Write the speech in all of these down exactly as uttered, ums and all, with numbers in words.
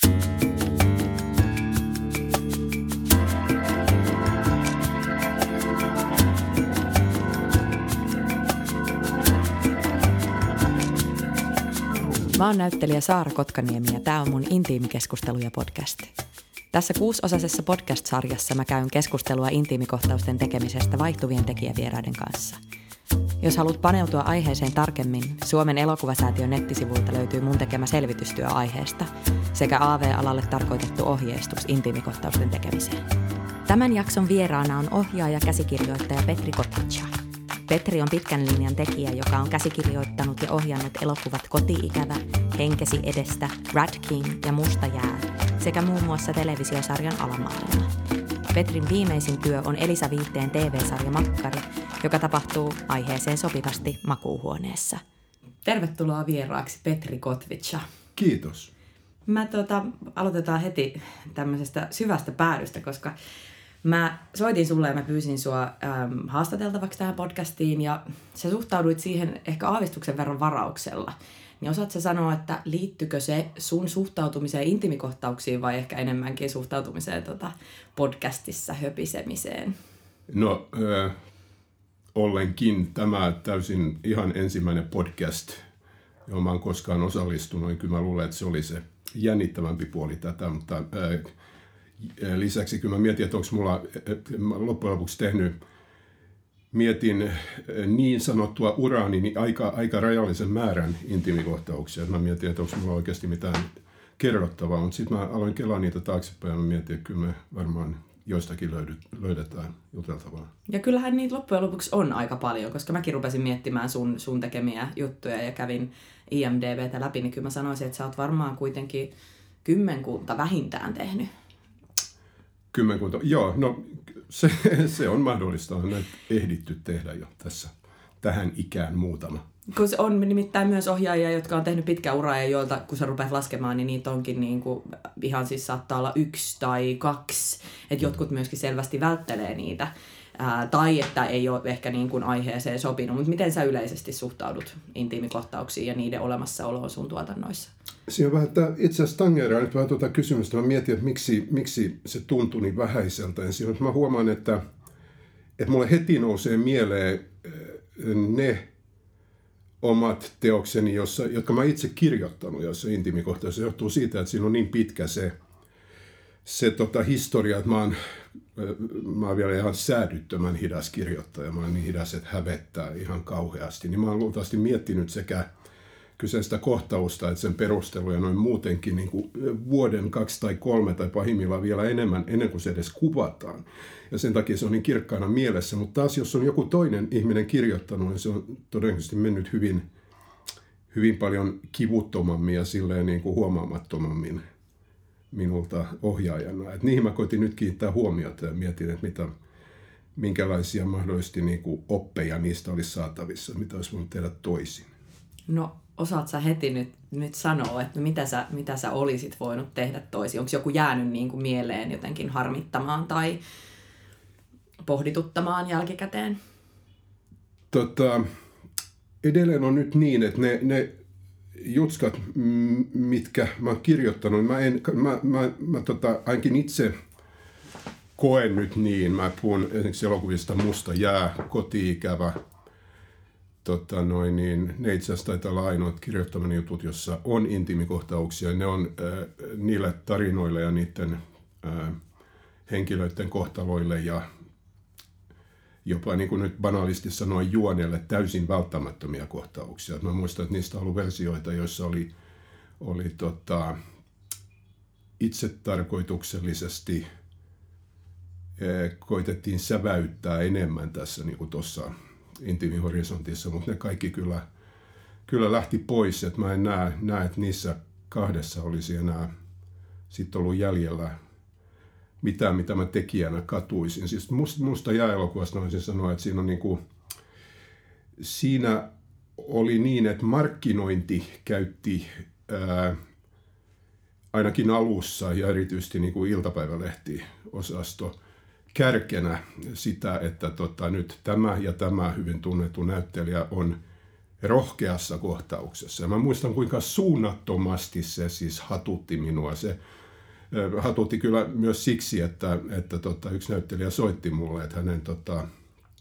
Mä oon näyttelijä Saara Kotkaniemi ja tää on mun Intiimikeskusteluja podcast. Tässä kuusiosaisessa podcast-sarjassa mä käyn keskustelua intiimikohtausten tekemisestä vaihtuvien tekijävieraiden kanssa. Jos haluat paneutua aiheeseen tarkemmin, Suomen elokuvasäätiön nettisivuilta löytyy mun tekemä selvitystyö aiheesta sekä A V-alalle tarkoitettu ohjeistus intiimikohtausten tekemiseen. Tämän jakson vieraana on ohjaaja käsikirjoittaja Petri Kotvica. Petri on pitkän linjan tekijä, joka on käsikirjoittanut ja ohjannut elokuvat Koti-ikävä, Henkesi edestä, Rat King ja Musta jää sekä muun muassa televisiosarjan Alamaailma. Petrin viimeisin työ on Elisa Viihteen T V-sarja Makkari, joka tapahtuu aiheeseen sopivasti makuuhuoneessa. Tervetuloa vieraaksi Petri Kotvica. Kiitos. Mä tota, aloitetaan heti tämmöisestä syvästä päädystä, koska mä soitin sulle ja mä pyysin sua äm, haastateltavaksi tähän podcastiin ja sä suhtauduit siihen ehkä aavistuksen verran varauksella. Niin osaat sä sanoa, että liittyykö se sun suhtautumiseen intiimikohtauksiin vai ehkä enemmänkin suhtautumiseen tota, podcastissa höpisemiseen? No äh, ollenkin tämä täysin ihan ensimmäinen podcast, johon mä oon koskaan osallistunut. Kyllä mä luulen, että se oli se jännittävämpi puoli tätä, mutta äh, lisäksi kyllä mä mietin, että onko mulla mä loppujen lopuksi tehnyt, mietin niin sanottua uraani niin aika, aika rajallisen määrän intiimikohtauksia. Mä mietin, että onko mulla oikeasti mitään kerrottavaa, mutta sitten mä aloin kelaa niitä taaksepäin ja mä mietin, että kyllä me varmaan joistakin löydyt, löydetään juteltavaa. Ja kyllähän niitä loppujen lopuksi on aika paljon, koska mäkin rupesin miettimään sun, sun tekemiä juttuja ja kävin I M D B:tä läpi, niin kyllä mä sanoisin, että sä oot varmaan kuitenkin kymmenkunta vähintään tehnyt. Kymmenkunta, joo, no se, se on mahdollista, on näitä ehditty tehdä jo tässä, tähän ikään muutama. Kun on nimittäin myös ohjaajia, jotka on tehnyt pitkä ura ja joilta, kun sä rupeat laskemaan, niin niitä onkin niin kuin, ihan siis saattaa olla yksi tai kaksi, että jotkut myöskin selvästi välttelee niitä. Ää, tai että ei ole ehkä niin kuin aiheeseen sopinut, mutta miten sä yleisesti suhtaudut intiimikohtauksiin ja niiden olemassaoloon sun tuotannoissa? Siinä on vähän, että itse asiassa tangeeraa nyt vähän tuota kysymystä. Mä mietin, että miksi, miksi se tuntui niin vähäiseltä. Ja siinä, mä huomaan, että, että mulle heti nousee mieleen ne omat teokseni, jossa, jotka mä itse kirjoittanut, jossa intiimikohtaus. Se johtuu siitä, että siinä on niin pitkä se, se tota historia, että mä oon, mä oon vielä ihan säädyttömän hidas kirjoittaja. Mä oon niin hidas, että hävettää ihan kauheasti. Niin mä oon luultavasti miettinyt sekä kyseistä kohtausta, että sen perusteluja noin muutenkin niin kuin vuoden, kaksi tai kolme tai pahimmillaan vielä enemmän, ennen kuin se edes kuvataan. Ja sen takia se on niin kirkkaana mielessä. Mutta taas jos on joku toinen ihminen kirjoittanut, niin se on todennäköisesti mennyt hyvin, hyvin paljon kivuttomammin ja silleen niin kuin huomaamattomammin minulta ohjaajana. Et niihin mä koitin nyt kiinnittää huomiota ja mietin, että mitä, minkälaisia mahdollisesti niin kuin oppeja niistä olisi saatavissa, mitä olisi voinut tehdä toisin. No, osaat sä heti nyt, nyt sanoa, että mitä sä, mitä sä olisit voinut tehdä toisin? Onko joku jäänyt niin kuin mieleen jotenkin harmittamaan tai pohdituttamaan jälkikäteen? Tota, edelleen on nyt niin, että ne, ne jutskat, mitkä mä oon kirjoittanut, mä, en, mä, mä, mä tota, ainakin itse koen nyt niin. Mä puhun esimerkiksi elokuvista Musta jää, Koti-ikävä. Tota noin, niin, ne itse asiassa taitaa olla ainoat kirjoittamani jutut, jossa on intiimikohtauksia. Ne on äh, niille tarinoille ja niiden äh, henkilöiden kohtaloille ja jopa niin kuin nyt banaalisti sanoin juonelle täysin välttämättömiä kohtauksia. Mä muistan, että niistä on ollut versioita, joissa oli, oli tota, itse tarkoituksellisesti äh, koitettiin säväyttää enemmän tässä niin kuin tuossa intiimihorisontissa, mutta ne kaikki kyllä, kyllä lähti pois, että mä en näe, näe, että niissä kahdessa olisi enää sitten ollut jäljellä mitään, mitä mä tekijänä katuisin. Siis musta, musta jää-elokuvasta voisin sanoa, että siinä on niinku, siinä oli niin, että markkinointi käytti ää, ainakin alussa ja erityisesti niinku iltapäivälehti-osasto kärkenä sitä, että tota, nyt tämä ja tämä hyvin tunnettu näyttelijä on rohkeassa kohtauksessa. Ja mä muistan, kuinka suunnattomasti se siis hatutti minua. Se hatutti kyllä myös siksi, että, että tota, yksi näyttelijä soitti mulle, että hänen tota,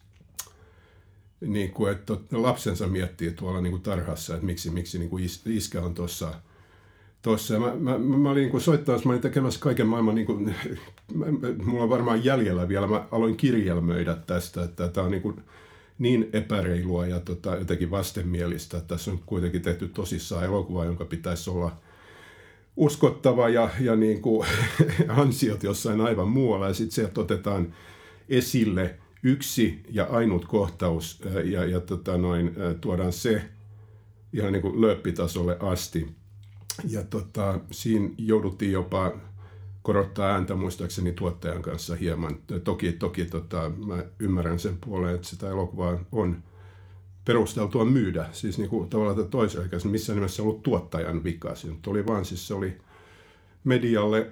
niin kuin, että lapsensa miettii tuolla niin kuin tarhassa, että miksi, miksi niin kuin is, iskä on tuossa. Tossa. Mä, mä, mä olin niin soittamassa, mä olin tekemässä kaiken maailman, niin kuin, mulla on varmaan jäljellä vielä, mä aloin kirjelmöidä tästä, että tämä on niin, kuin niin epäreilua ja tota, jotenkin vastenmielistä, että tässä on kuitenkin tehty tosissaan elokuva, jonka pitäisi olla uskottava ja, ja niin kuin ansiot jossain aivan muualla, ja sitten sieltä otetaan esille yksi ja ainut kohtaus, ja, ja tota noin, tuodaan se ihan niin kuin lööppitasolle asti. Ja tota, siinä jouduttiin jopa korottaa ääntä muistaakseni tuottajan kanssa hieman. Toki, toki tota, mä ymmärrän sen puoleen, että sitä elokuvaa on perusteltua myydä. Siis niin kuin tavallaan toisella missä nimessä ollut tuottajan vika. Se oli vaan siis se oli medialle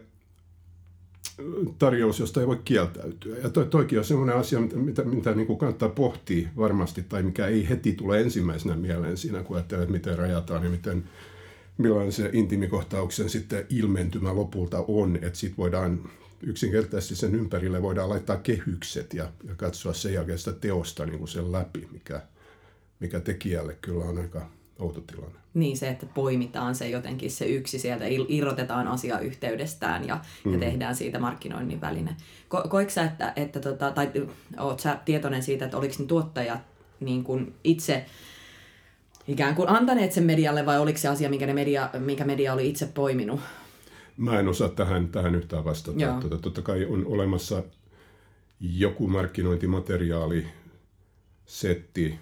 tarjous, josta ei voi kieltäytyä. Ja toi, toikin on semmoinen asia, mitä, mitä niin kuin kannattaa pohtia varmasti, tai mikä ei heti tule ensimmäisenä mieleen siinä, kun ajattelee, että miten rajataan ja miten millainen se intiimikohtauksen sitten ilmentymä lopulta on, että sitten voidaan yksinkertaisesti sen ympärille voidaan laittaa kehykset ja, ja katsoa sen jälkeen sitä teosta niin kuin sen läpi, mikä, mikä tekijälle kyllä on aika outo tilanne. Niin se, että poimitaan se jotenkin se yksi sieltä, irrotetaan asia yhteydestään ja, mm. ja tehdään siitä markkinoinnin väline. Ko, koitko sä, että, että tota, tai oot sä tietoinen siitä, että oliko ne tuottajat niin kuin itse ikään kuin antaneet sen medialle vai oliko se asia, minkä, ne media, minkä media oli itse poiminut? Mä en osaa tähän, tähän yhtään vastata. Tota, totta kai on olemassa joku markkinointimateriaali, setti,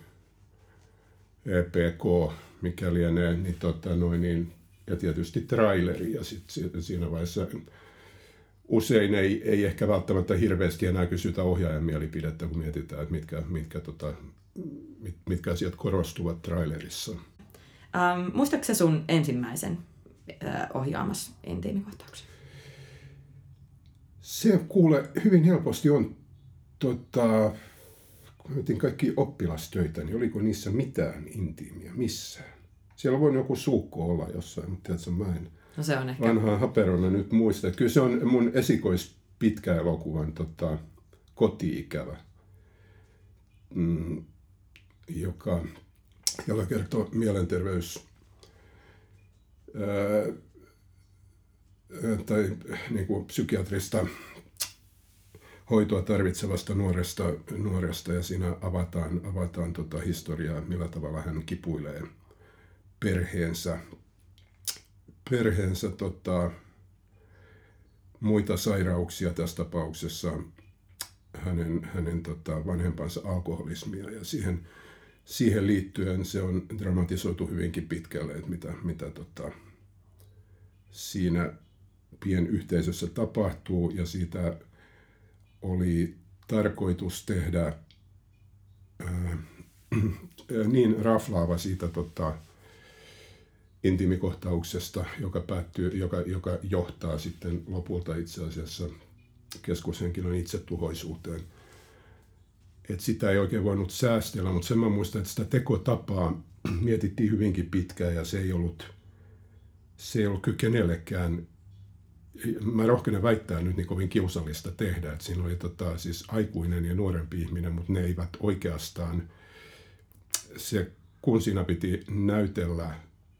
E P K, mikä lienee, niin, tota, noin, niin, ja tietysti traileri. Ja sit siinä vaiheessa usein ei, ei ehkä välttämättä hirveästi enää kysytä ohjaajan mielipidettä, kun mietitään, että mitkä, mitkä, tota, mit, mitkä asiat korostuvat trailerissa. Ähm, muistatko sä sun ensimmäisen äh, ohjaamassa intiimikohtauksen? Se kuule hyvin helposti on, tota, kun mietin kaikki oppilastöitä, niin oliko niissä mitään intiimiä missään? Siellä voi joku suukko olla jossain, mutta tiedätkö, mä en no se on ehkä vanhaa haperona nyt muista. Kyllä se on mun esikois pitkä elokuvan tota, Koti-ikävä, mm, joka, joka kertoo mielenterveys ää, tai niin kuin psykiatrista hoitoa tarvitsevasta nuoresta, nuoresta ja siinä avataan, avataan tota historiaa, millä tavalla hän kipuilee perheensä, perheensä tota, muita sairauksia tässä tapauksessa, hänen, hänen tota, vanhempansa alkoholismia ja siihen, siihen liittyen se on dramatisoitu hyvinkin pitkälle, että mitä, mitä tota, siinä pienyhteisössä tapahtuu ja siitä oli tarkoitus tehdä ää, niin raflaava siitä tota, intiimikohtauksesta, joka, päättyy, joka, joka johtaa sitten lopulta itse asiassa keskushenkilön itsetuhoisuuteen. Et sitä ei oikein voinut säästellä, mutta sen mä muistan, että sitä tekotapaa mietittiin hyvinkin pitkään ja se ei ollut, se ei ollut kyllä kenellekään, mä rohkenen väittää nyt niin kovin kiusallista tehdä, että siinä oli tota, siis aikuinen ja nuorempi ihminen, mutta ne eivät oikeastaan, se, kun siinä piti näytellä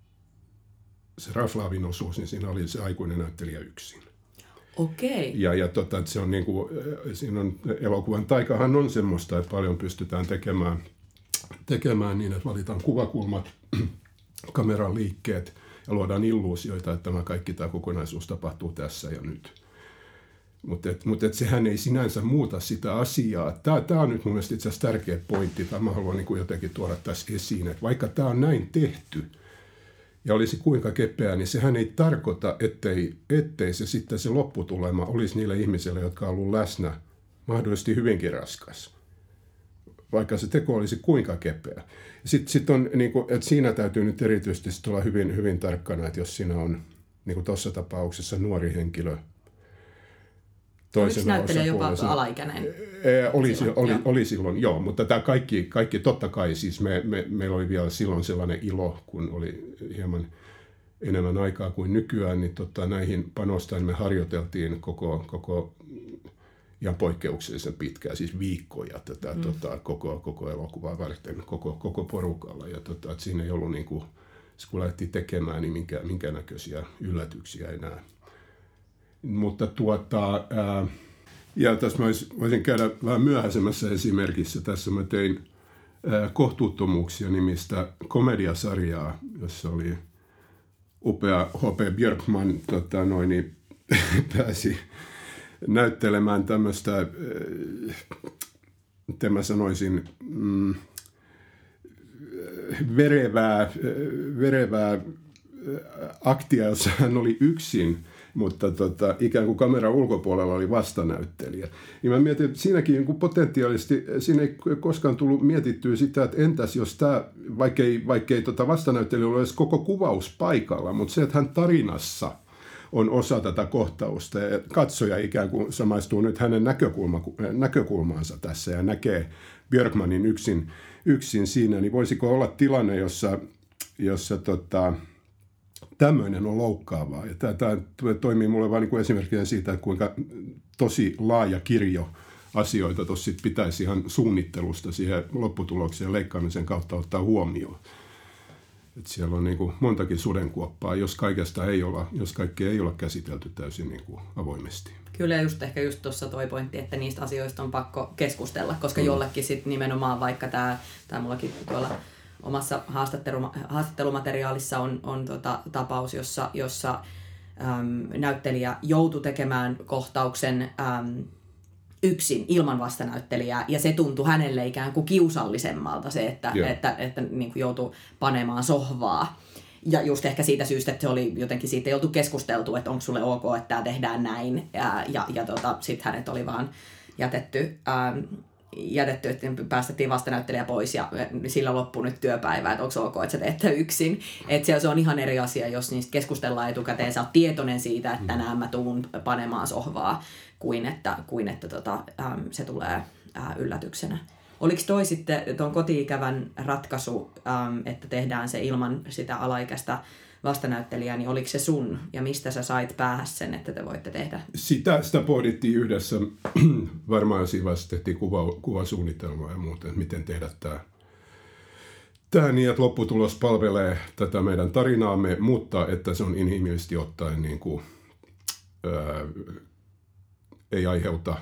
se raflaavin osuus, niin siinä oli se aikuinen näyttelijä yksin. Okei. Ja, ja tota, että se on niin kuin, siinä on, elokuvan taikahan on semmoista, että paljon pystytään tekemään, tekemään niin, että valitaan kuvakulmat, kameran liikkeet ja luodaan illuusioita, että tämä kaikki tämä kokonaisuus tapahtuu tässä ja nyt. Mutta et, mut et sehän ei sinänsä muuta sitä asiaa. Tämä, tämä on nyt mun mielestä itse asiassa tärkeä pointti, tai mä haluan niin kuin jotenkin tuoda tässä esiin, että vaikka tämä on näin tehty, ja olisi kuinka kepeä, niin sehän ei tarkoita, ettei, ettei se sitten se lopputulema olisi niille ihmisille, jotka on ollut läsnä, mahdollisesti hyvinkin raskas. Vaikka se teko olisi kuinka kepeä. Sitten sit on, niin kuin, että siinä täytyy nyt erityisesti olla hyvin, hyvin tarkkana, että jos siinä on, niin kuin tuossa tapauksessa, nuori henkilö Oliko näyttelijä jopa alaikäinen? Oli silloin, oli, oli silloin, joo, mutta tämä kaikki, kaikki totta kai, siis me, me, meillä oli vielä silloin sellainen ilo, kun oli hieman enemmän aikaa kuin nykyään, niin tota, näihin panostain me harjoiteltiin koko, koko ihan poikkeuksellisen pitkään, siis viikkoja tätä mm. tota, koko, koko elokuvaa varten, koko, koko porukalla. Ja tota, että siinä ei ollut, niin kuin, kun lähdettiin tekemään, niin minkä, minkä näköisiä yllätyksiä enää. Mutta tuota, ää, ja tässä mä voisin käydä vähän myöhäisemmässä esimerkissä. Tässä mä tein ää, Kohtuuttomuuksia nimistä komediasarjaa, jossa oli upea H P Björkman tota, noin, niin, pääsi näyttelemään tämmöistä, miten mä sanoisin, mm, verevää, verevää aktia, jossa hän oli yksin, mutta tota, ikään kuin kameran ulkopuolella oli vastanäyttelijä. Ja mä mietin, että siinäkin niin kuin potentiaalisesti, siinä ei koskaan tullut mietittyä sitä, että entäs jos tämä, vaikkei, vaikkei tota vastanäyttelijä ole edes koko kuvaus paikalla, mutta se, että hän tarinassa on osa tätä kohtausta ja katsoja ikään kuin samaistuu nyt hänen näkökulma, näkökulmaansa tässä ja näkee Björkmanin yksin, yksin siinä, niin voisiko olla tilanne, jossa, jossa tota, tämmöinen on loukkaavaa. Ja tämä, tämä toimii mulle vain niin kuin esimerkkinä siitä, että kuinka tosi laaja kirjo asioita tuossa pitäisi ihan suunnittelusta siihen lopputulokseen leikkaamisen kautta ottaa huomioon. Että siellä on niin kuin montakin sudenkuoppaa, jos kaikesta ei olla, jos kaikkea ei olla käsitelty täysin niin kuin avoimesti. Kyllä just ehkä just tuossa toi pointti, että niistä asioista on pakko keskustella, koska mm. jollekin sit nimenomaan vaikka tämä, tämä mullakin tuolla omassa haastattelumateriaalissa on, on tota tapaus, jossa, jossa äm, näyttelijä joutui tekemään kohtauksen äm, yksin ilman vastanäyttelijää, ja se tuntui hänelle ikään kuin kiusallisemmalta se, että, yeah. että, että, että niin kuin joutui panemaan sohvaa. Ja just ehkä siitä syystä, että se oli jotenkin siitä ei oltu keskusteltu, että onko sulle ok, että tämä tehdään näin, ja, ja, ja tota, sitten hänet oli vaan jätetty, ähm, jätetty, että päästettiin vastanäyttelijä pois, ja sillä loppui nyt työpäivä, että onko ok, että sä teet yksin. Että se on ihan eri asia, jos niistä keskustellaan etukäteen, sä oot tietoinen siitä, että tänään mä tuun panemaan sohvaa, kuin että, kuin että tota, ähm, se tulee äh, yllätyksenä. Oliko toi sitten tuon koti-ikävän ratkaisu, ähm, että tehdään se ilman sitä alaikäistä vastanäyttelijää, niin oliko se sun ja mistä sä sait päähän sen, että te voitte tehdä? Sitä, sitä pohdittiin yhdessä. Varmaan siinä vaiheessa tehtiin kuva, kuvasuunnitelmaa ja muuta, että miten tehdä tämä. Tämä niin, että lopputulos palvelee tätä meidän tarinaamme, mutta että se on inhimillisesti ottaen niin kuin, ää, ei aiheuta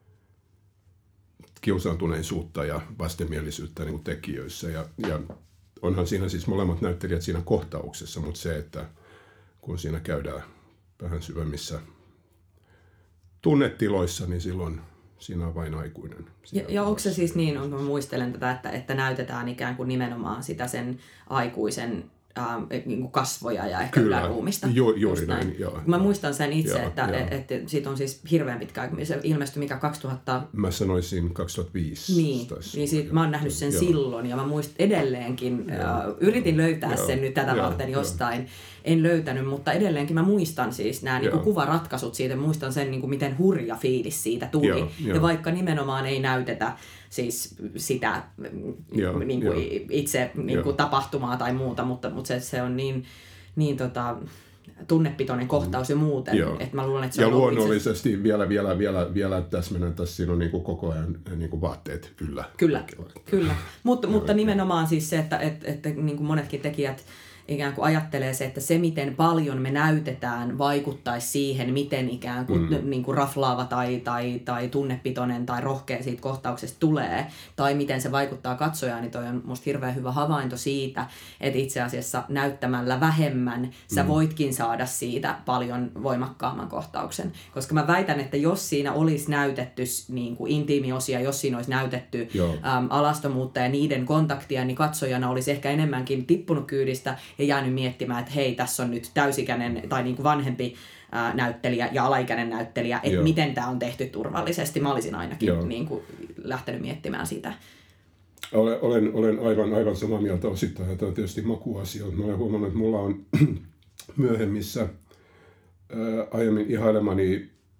kiusaantuneisuutta ja vastenmielisyyttä niin kuin tekijöissä. Ja, ja onhan siinä siis molemmat näyttelijät siinä kohtauksessa, mutta se, että kun siinä käydään vähän syvemmissä tunnetiloissa, niin silloin siinä on vain aikuinen. Ja, ja onko se siis niin, mä muistelen tätä, että, että näytetään ikään kuin nimenomaan sitä sen aikuisen Ähm, niin kuin kasvoja ja ehkä yläruumista. Ju, juuri näin, näin. Joo, mä muistan sen itse, joo, että et, et, siitä on siis hirveän pitkä aika. Se ilmestyi mikä kaksituhatta... Mä sanoisin kaksituhattaviisi. Niin, taisi, niin siitä, mä oon nähnyt sen joo. silloin ja mä muistan edelleenkin, uh, yritin löytää joo. sen nyt tätä joo, varten jostain. Joo. En löytänyt, mutta edelleenkin mä muistan siis nämä niin kuin kuvaratkaisut siitä, muistan sen, niin kuin miten hurja fiilis siitä tuli. Joo, ja joo. vaikka nimenomaan ei näytetä siis sitä joo, niin kuin itse niin kuin tapahtumaa tai muuta, mutta, mutta se, se on niin, niin tota, tunnepitoinen kohtaus jo muuten. Että mä luulen, että se ja on luonnollisesti itse... vielä, vielä, vielä, vielä täsmennän, tässä siinä on niin kuin koko ajan niin kuin vaatteet yllä. Kyllä, kyllä. Mut, mutta nimenomaan siis se, että, että, että niin kuin monetkin tekijät ikään kuin ajattelee se, että se miten paljon me näytetään vaikuttaisi siihen, miten ikään kuin, mm. niin kuin raflaava tai, tai, tai tunnepitoinen tai rohkea siitä kohtauksesta tulee, tai miten se vaikuttaa katsojaan, niin toi on musta hirveän hyvä havainto siitä, että itse asiassa näyttämällä vähemmän sä mm. voitkin saada siitä paljon voimakkaamman kohtauksen. Koska mä väitän, että jos siinä olisi näytetty niin kuin intiimiosia, jos siinä olisi näytetty äm, alastomuutta ja niiden kontaktia, niin katsojana olisi ehkä enemmänkin tippunut kyydistä ja jäänyt miettimään, että hei, tässä on nyt täysikäinen tai niin kuin vanhempi ää, näyttelijä ja alaikäinen näyttelijä, että joo. miten tämä on tehty turvallisesti. Mä olisin ainakin niin kuin lähtenyt miettimään sitä. Olen, olen, olen aivan, aivan samaa mieltä osittain, ja tämä on tietysti makuasia. Mä olen huomannut, että mulla on myöhemmissä ää, aiemmin ihailemani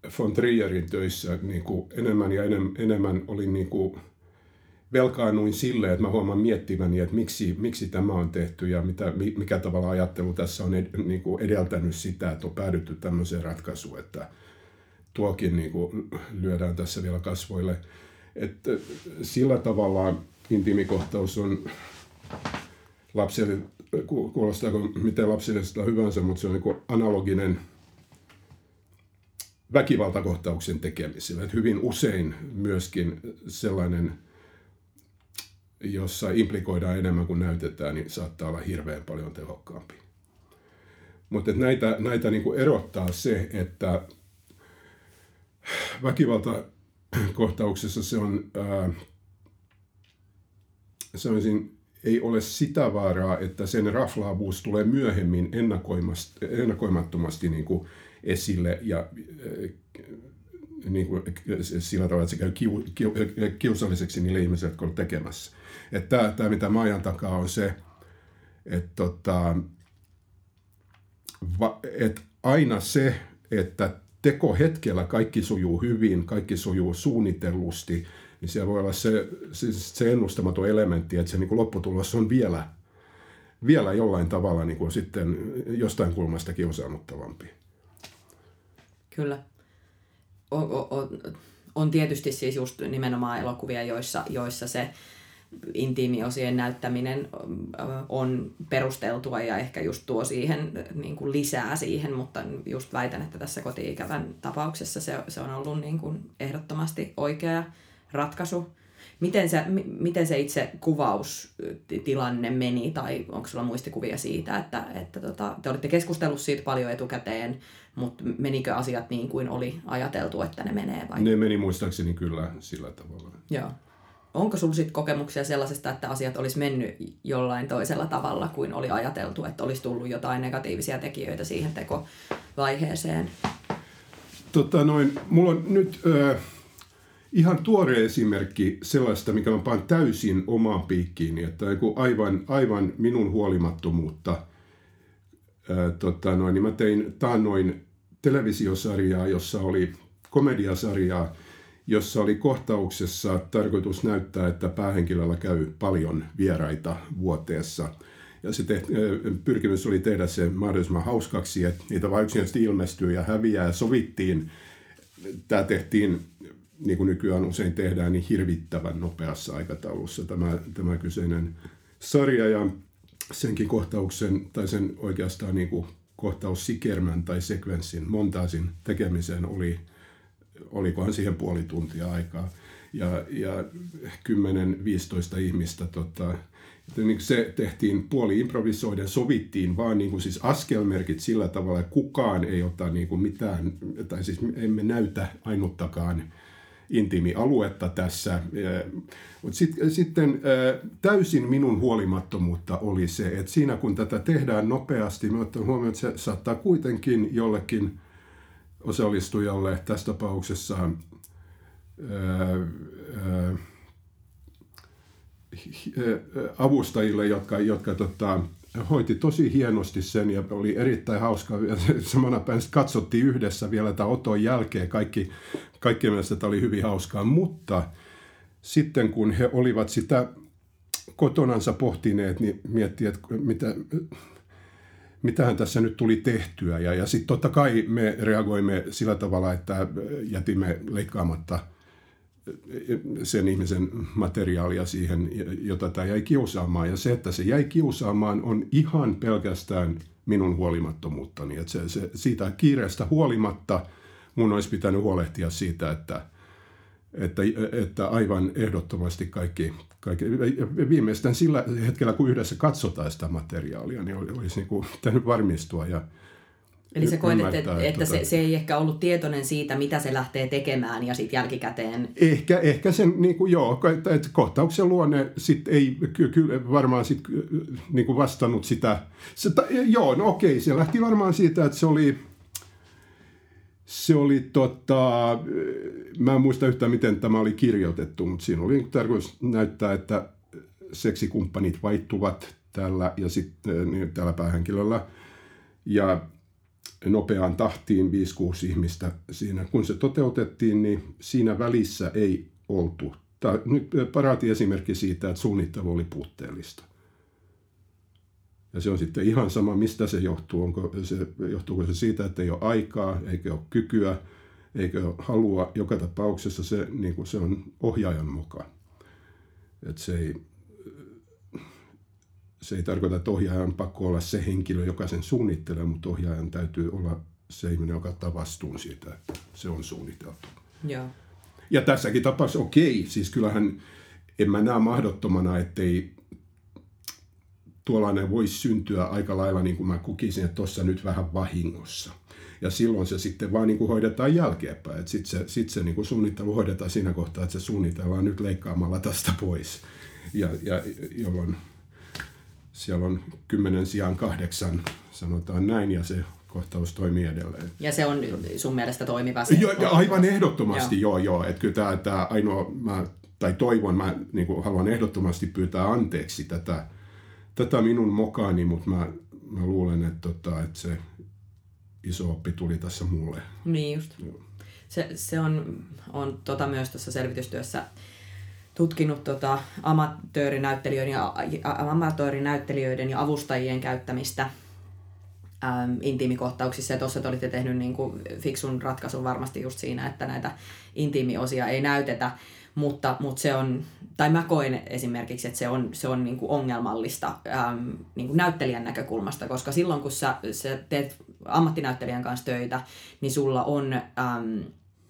von Trierin töissä niin kuin enemmän ja enemmän, enemmän olin niin kuin velkaannuin silleen, että mä huomaan miettiväni, että miksi, miksi tämä on tehty ja mitä, mikä tavalla ajattelu tässä on ed, niin kuin edeltänyt sitä, että on päädytty tämmöiseen ratkaisuun, että tuokin niin kuin lyödään tässä vielä kasvoille. Että sillä tavalla intiimikohtaus on lapselle, kuulostaako miten lapsellisesta hyvänsä, mutta se on niin kuin analoginen väkivaltakohtauksen tekemiselle. Että hyvin usein myöskin sellainen, jossa implikoidaan enemmän kuin näytetään, niin saattaa olla hirveän paljon tehokkaampi. Mutta näitä, näitä niin kuin erottaa se, että väkivaltakohtauksessa se on, ää, sanoisin, ei ole sitä vaaraa, että sen raflaavuus tulee myöhemmin ennakoimattomasti niin kuin esille ja ää, niin kuin, sillä tavalla, että se käy kiu, kiu, kiusalliseksi niille ihmisille, jotka on tekemässä. Että tämä, mitä mä ajan takaa, on se, että, tota, va, että aina se, että tekohetkellä kaikki sujuu hyvin, kaikki sujuu suunnitellusti, niin siellä voi olla se, se, se ennustamaton elementti, että se niin kuin lopputulos on vielä, vielä jollain tavalla niin kuin sitten jostain kulmasta kiusaannuttavampi. Kyllä. On, on, on tietysti siis just nimenomaan elokuvia, joissa, joissa se intiimiosien näyttäminen on perusteltua ja ehkä just tuo siihen niin kuin lisää siihen, mutta just väitän, että tässä Koti-ikävän tapauksessa se, se on ollut niin kuin ehdottomasti oikea ratkaisu. Miten se, miten se itse kuvaustilanne meni, tai onko sulla muistikuvia siitä, että, että tota, te olitte keskustellut siitä paljon etukäteen, mutta menikö asiat niin kuin oli ajateltu, että ne menee? Vai? Ne meni muistaakseni kyllä sillä tavalla. Joo. Onko sulla sitten kokemuksia sellaisesta, että asiat olisi mennyt jollain toisella tavalla kuin oli ajateltu, että olisi tullut jotain negatiivisia tekijöitä siihen tekovaiheeseen? Tota noin, mulla on nyt äh, ihan tuore esimerkki sellaista, mikä mä paan täysin omaan piikkiini, että aivan, aivan minun huolimattomuutta. Äh, tota noin, niin mä tein taannoin televisiosarjaa, jossa oli komediasarjaa, jossa oli kohtauksessa tarkoitus näyttää, että päähenkilöllä käy paljon vieraita vuoteessa. Ja se tehti, pyrkimys oli tehdä se mahdollisimman hauskaksi, että niitä vain yksinkertaisesti ilmestyy ja häviää. Ja sovittiin, tämä tehtiin, niin kuin nykyään usein tehdään, niin hirvittävän nopeassa aikataulussa tämä, tämä kyseinen sarja. Ja senkin kohtauksen, tai sen oikeastaan niin kuin kohtaussikermän tai sekvenssin, montaasin tekemiseen oli olikohan siihen puoli tuntia aikaa, ja, ja kymmenen viisitoista ihmistä. Tota, niin se tehtiin puoli improvisoiden, sovittiin vaan niin kuin siis askelmerkit sillä tavalla, että kukaan ei ota niin kuin mitään, tai siis emme näytä ainuttakaan intiimialuetta tässä. Mutta sit, sitten täysin minun huolimattomuutta oli se, että siinä kun tätä tehdään nopeasti, mä otan huomioon, että se saattaa kuitenkin jollekin osallistujalle tässä tapauksessa ää, ää, avustajille, jotka, jotka tota, hoiti tosi hienosti sen ja oli erittäin hauska. Ja samana päivänä katsottiin yhdessä vielä tämän oton jälkeen. Kaikki, kaikki mielestä tämä oli hyvin hauskaa, mutta sitten kun he olivat sitä kotonansa pohtineet, niin miettivät, että mitä... mitähän tässä nyt tuli tehtyä. Ja, ja sitten totta kai me reagoimme sillä tavalla, että jätimme leikkaamatta sen ihmisen materiaalia siihen, jota tämä jäi kiusaamaan. Ja se, että se jäi kiusaamaan, on ihan pelkästään minun huolimattomuuttani. Että se, se, siitä kiireestä huolimatta mun olisi pitänyt huolehtia siitä, että, että, että aivan ehdottomasti kaikki... Kaikki. Viimeistään sillä hetkellä, kun yhdessä katsotaan sitä materiaalia, niin olisi niin kuin pitänyt varmistua. Ja eli sä koet, että, että, että se, se ei ehkä ollut tietoinen siitä, mitä se lähtee tekemään ja sitten jälkikäteen... Ehkä, ehkä sen, niin kuin, joo, että, että kohtauksen luonne sit ei kyllä varmaan sit, niin kuin vastannut sitä. Se, ta, joo, no okei, se lähti varmaan siitä, että se oli... Se oli tota, mä en muista yhtään miten tämä oli kirjoitettu, mutta siinä oli tarkoitus näyttää, että seksikumppanit vaihtuvat tällä ja sitten niin tällä päähenkilöllä. Ja nopeaan tahtiin viisi kuusi ihmistä siinä. Kun se toteutettiin, niin siinä välissä ei oltu. Tämä nyt paraati esimerkki siitä, että suunnittelu oli puutteellista. Ja se on sitten ihan sama, mistä se johtuu. Onko se, johtuuko se siitä, että ei ole aikaa, eikä ole kykyä, eikä ole halua. Joka tapauksessa se, niin kuin se on ohjaajan mukaan. Että se ei, se ei tarkoita, että ohjaajan on pakko olla se henkilö, joka sen suunnittelee, mutta ohjaajan täytyy olla se ihminen, joka ottaa vastuun siitä, että se on suunniteltu. Joo. Ja tässäkin tapauksessa okei, siis kyllähän en mä näe mahdottomana, ettei tuollainen voisi syntyä aika lailla niin kuin mä kukisin, että tuossa nyt vähän vahingossa. Ja silloin se sitten vaan niin kuin hoidetaan jälkeenpäin. Sitten se, sit se niin kuin suunnittelu hoidetaan siinä kohtaa, että se suunnitellaan nyt leikkaamalla tästä pois. Ja, ja jolloin siellä on kymmenen sijaan kahdeksan, sanotaan näin, ja se kohtaus toimii edelleen. Ja se on sun mielestä toimiva se? Jo, aivan ehdottomasti, joo, joo. joo. Että kyllä tämä, tämä ainoa, mä, tai toivon, mä niin kuin haluan ehdottomasti pyytää anteeksi tätä, tätä minun mokaani, mutta mä, mä luulen, että, tota, että se iso oppi tuli tässä mulle. Niin just. Joo. Se, se on, on tota myös tuossa selvitystyössä tutkinut tota amatöörinäyttelijöiden, ja, amatöörinäyttelijöiden ja avustajien käyttämistä äm, intiimikohtauksissa. Ja tuossa te olitte tehnyt niin kuin fiksun ratkaisun varmasti just siinä, että näitä intiimiosia ei näytetä. Mutta, mutta se on, tai mä koen esimerkiksi, että se on, se on niin kuin ongelmallista äm, niin kuin näyttelijän näkökulmasta, koska silloin kun sä, sä teet ammattinäyttelijän kanssa töitä, niin sulla on äm,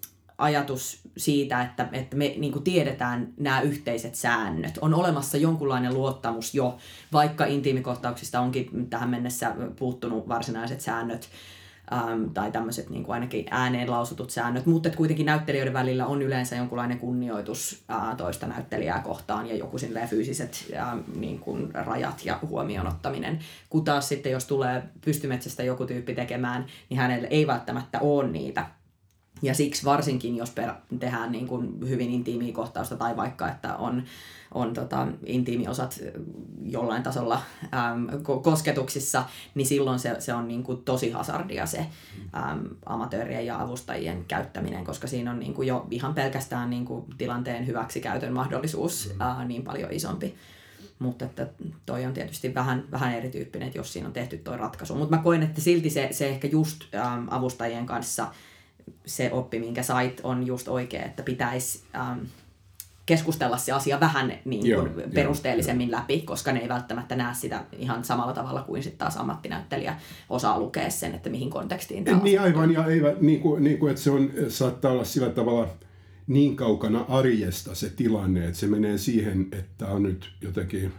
ajatus siitä, että, että me niin kuin tiedetään nämä yhteiset säännöt. On olemassa jonkunlainen luottamus jo, vaikka intiimikohtauksista onkin tähän mennessä puuttunut varsinaiset säännöt, Ähm, tai tämmöiset niin kuin ainakin ääneen lausutut säännöt, mutta kuitenkin näyttelijöiden välillä on yleensä jonkunlainen kunnioitus ää, toista näyttelijää kohtaan ja joku silleen fyysiset ää, niin kuin rajat ja huomioon ottaminen. Kun taas sitten, jos tulee pystymetsästä joku tyyppi tekemään, niin hänellä ei välttämättä ole niitä. Ja siksi varsinkin, jos per, tehdään niin kuin hyvin intiimiä kohtausta tai vaikka, että on, on tota, intiimiosat jollain tasolla äm, kosketuksissa, niin silloin se, se on niin kuin tosi hazardia se äm, amatöörien ja avustajien käyttäminen, koska siinä on niin kuin jo ihan pelkästään niin kuin tilanteen hyväksikäytön mahdollisuus ää, niin paljon isompi. Mutta että toi on tietysti vähän, vähän erityyppinen, että jos siinä on tehty toi ratkaisu. Mutta mä koen, että silti se, se ehkä just äm, avustajien kanssa se oppi, minkä sait, on just oikea, että pitäisi ähm, keskustella se asia vähän niin kuin joo, perusteellisemmin joo, läpi, koska ne ei välttämättä näe sitä ihan samalla tavalla kuin sitten taas ammattinäyttelijä osaa lukea sen, että mihin kontekstiin tämä niin aivan, ja eivät, niin kuin, niin kuin, että se on, saattaa olla sillä tavalla niin kaukana arjesta se tilanne, että se menee siihen, että on nyt jotenkin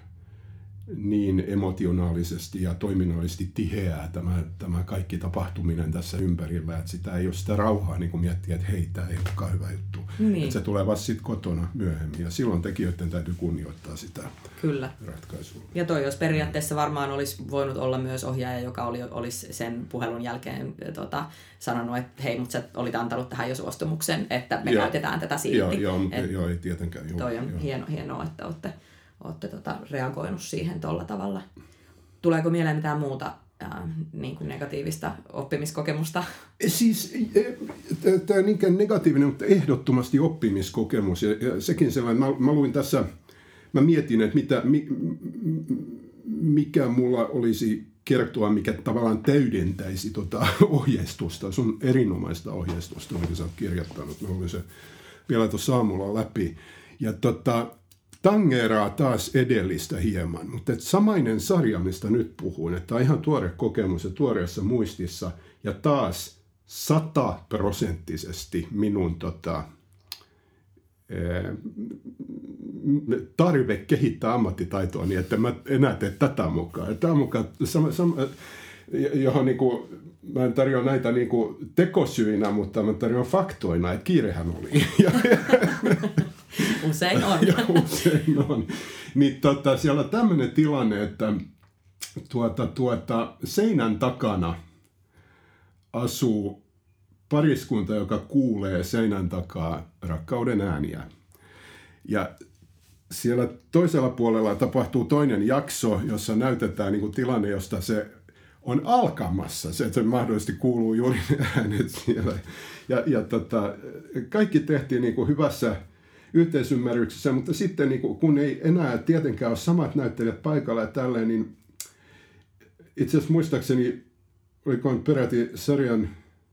niin emotionaalisesti ja toiminnallisesti tiheää tämä, tämä kaikki tapahtuminen tässä ympärillä, että sitä ei ole sitä rauhaa niin kuin miettiä, että hei, tämä ei olekaan hyvä juttu. Niin. Että se tulee vasta sitten kotona myöhemmin ja silloin tekijöiden täytyy kunnioittaa sitä Kyllä. ratkaisua. Ja toi jos periaatteessa varmaan olisi voinut olla myös ohjaaja, joka oli, olisi sen puhelun jälkeen tota, sanonut, että hei, mutta sä olit antanut tähän jo suostumuksen, että me joo, käytetään tätä silti. Joo, joo, Et, joo ei tietenkään. Joo, toi on joo. hieno, hienoa, että olette olette tota, reagoinut siihen tuolla tavalla. Tuleeko mieleen mitään muuta ää, niin kuin negatiivista oppimiskokemusta? Siis tämä niinkään negatiivinen, mutta ehdottomasti oppimiskokemus. Ja, ja sekin sellainen, mä, mä luin tässä, mä mietin, että mitä, mi, mikä mulla olisi kertoa, mikä tavallaan täydentäisi tota ohjeistusta, sun erinomaista ohjeistusta, mitä sä oot kirjoittanut. Mä luin se vielä tuossa aamulla läpi. Ja tota, tangeeraa taas edellistä hieman, mutta samainen sarja, mistä nyt puhuin, että on ihan tuore kokemus ja tuoreessa muistissa, ja taas sataprosenttisesti minun tota, tarve kehittää ammattitaitoa niin, että mä enää tee tätä mukaan. Tämä on mukaan, sama, sama, johon niin kuin, mä en tarjoa näitä niin kuin tekosyinä, mutta mä tarjoan faktoina, että kiirehän oli. Usein on. Ja usein on. Niin tota, siellä on tämmöinen tilanne, että tuota, tuota, seinän takana asuu pariskunta, joka kuulee seinän takaa rakkauden ääniä. Ja siellä toisella puolella tapahtuu toinen jakso, jossa näytetään niin kuin tilanne, josta se on alkamassa. Se, että se mahdollisesti kuuluu juuri äänet siellä. Ja, ja tota, kaikki tehtiin niin kuin hyvässä yhteisymmärryksessä, mutta sitten niin kuin, kun ei enää tietenkään ole samat näyttelijät paikalla ja tälleen, niin itse asiassa muistaakseni olikoon peräti sarjan,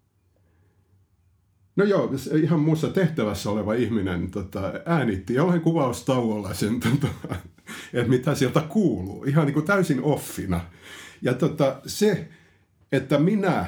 no joo, ihan muussa tehtävässä oleva ihminen tota, äänitti jollain kuvaustauolla sen, tota, että mitä sieltä kuuluu, ihan niin kuin täysin offina. Ja tota, se, että minä,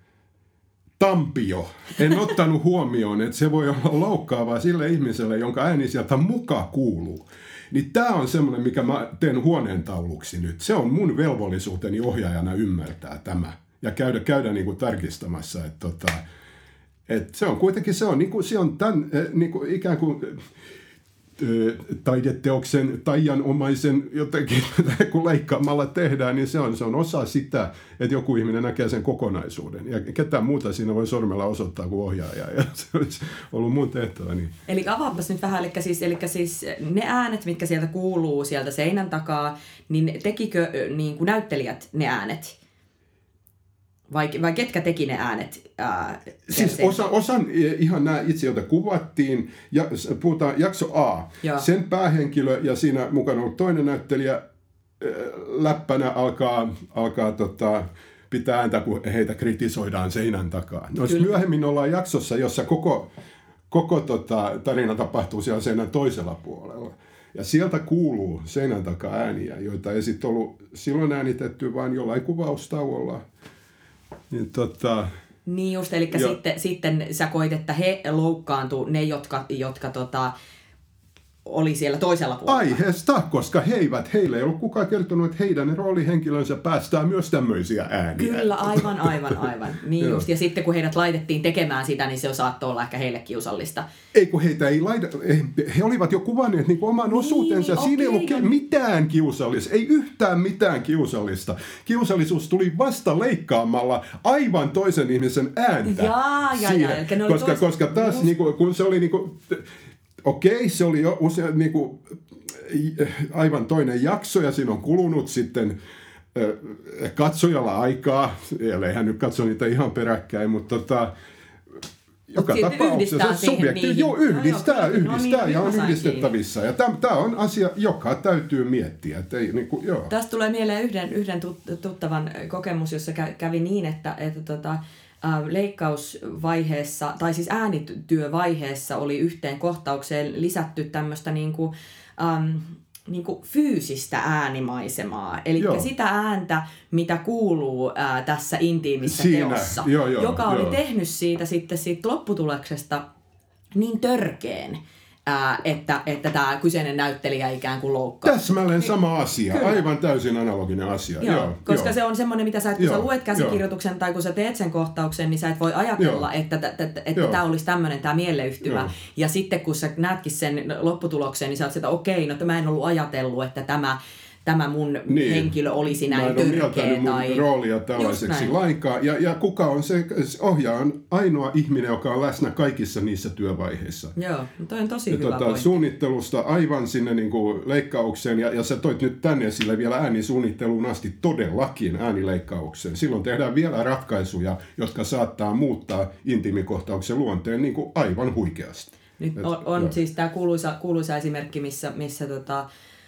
Tampio, en ottanut huomioon, että se voi olla loukkaavaa sille ihmiselle, jonka ääni sieltä muka kuuluu. Niin tämä on semmoinen, mikä mä teen huoneentauluksi nyt. Se on mun velvollisuuteni ohjaajana ymmärtää tämä ja käydä, käydä niin kuin tarkistamassa, että tota, et se on kuitenkin, se on, niin kuin, se on tämän, niin kuin, ikään kuin taideteoksen, taianomaisen jotenkin, kun leikkaamalla tehdään, niin se on, se on osa sitä, että joku ihminen näkee sen kokonaisuuden. Ja ketään muuta siinä voi sormella osoittaa kuin ohjaaja. Ja se olisi ollut mun tehtävä. Niin. Eli avaapas nyt vähän, eli siis, eli siis ne äänet, mitkä sieltä kuuluu sieltä seinän takaa, niin tekikö niin kuin näyttelijät ne äänet? Vai, vai ketkä teki ne äänet? Ää, siis osa, osan ihan nämä itse, joita kuvattiin, ja puhutaan jakso A. Joo. Sen päähenkilö ja siinä mukana ollut toinen näyttelijä läppänä alkaa, alkaa tota, pitää ääntä, kun heitä kritisoidaan seinän takaa. No, myöhemmin ollaan jaksossa, jossa koko, koko tota, tarina tapahtuu siellä seinän toisella puolella. Ja sieltä kuuluu seinän takaa ääniä, joita ei sitten ollut silloin äänitetty, vaan jollain kuvaustauolla. Niin, tota, niin just, eli sitten, sitten sä koit, että he loukkaantuu, ne jotka, jotka tota, oli siellä toisella puolella. Aiheesta, koska he eivät, heille ei ollut kukaan kertonut, että heidän roolihenkilönsä päästää myös tämmöisiä ääniä. Kyllä, aivan, aivan, aivan. Niin just, ja sitten kun heidät laitettiin tekemään sitä, niin se saattoi olla ehkä heille kiusallista. Ei, kun heitä ei laita, he olivat jo kuvanneet niin oman niin, osuutensa, okay, siinä ei ollut no. mitään kiusallista, ei yhtään mitään kiusallista. Kiusallisuus tuli vasta leikkaamalla aivan toisen ihmisen ääntä. Jaa, jaa, jaa. Koska, tois... koska taas, niin kuin, kun se oli niin kuin, okei, se oli jo usein niin kuin, aivan toinen jakso ja siinä on kulunut sitten äh, katsojalla aikaa. Eihän nyt katso niitä ihan peräkkäin, mutta tota, joka tapauksessa subjektiivisesti joo, yhdistää, no, yhdistää no, niin, ja on yhdistettävissä. Siinä. Ja tämä on asia, joka täytyy miettiä. Että ei, niin kuin, joo. Tästä tulee mieleen yhden, yhden tuttavan kokemus, jossa kävi niin, että, että tota, leikkausvaiheessa, tai siis äänityövaiheessa oli yhteen kohtaukseen lisätty tämmöistä niinku, um, niinku fyysistä äänimaisemaa. Eli sitä ääntä, mitä kuuluu ää, tässä intiimissä Siinä. teossa, joo, joo, joka joo. oli tehnyt siitä sitten siitä lopputuloksesta niin törkeen, Ää, että, että tämä kyseinen näyttelijä ikään kuin loukkaa. Täsmälleen sama asia. Kyllä. Aivan täysin analoginen asia. Joo, joo, koska joo. se on semmoinen, mitä sä, kun joo, sä luet käsikirjoituksen joo. tai kun sä teet sen kohtauksen, niin sä et voi ajatella, joo. että, että, että, että tämä olisi tämmöinen tämä mieleyhtymä. Joo. Ja sitten kun sä näetkin sen lopputuloksen, niin sä oot sieltä, okei, no mä en ollut ajatellut, että tämä tämä mun niin. henkilö olisi näin törkeä. Mä en tai... mun roolia tällaiseksi lainkaan. Ja, ja kuka on se, ohjaaja on ainoa ihminen, joka on läsnä kaikissa niissä työvaiheissa. Joo, toi on tosi ja hyvä tota, suunnittelusta aivan sinne niin kuin leikkaukseen, ja, ja sä toit nyt tänne esille vielä äänisuunnitteluun asti todellakin äänileikkaukseen. Silloin tehdään vielä ratkaisuja, jotka saattaa muuttaa intiimikohtauksen luonteen niin kuin aivan huikeasti. Nyt Et, on, on siis tämä kuuluisa, kuuluisa esimerkki, missä, missä tota,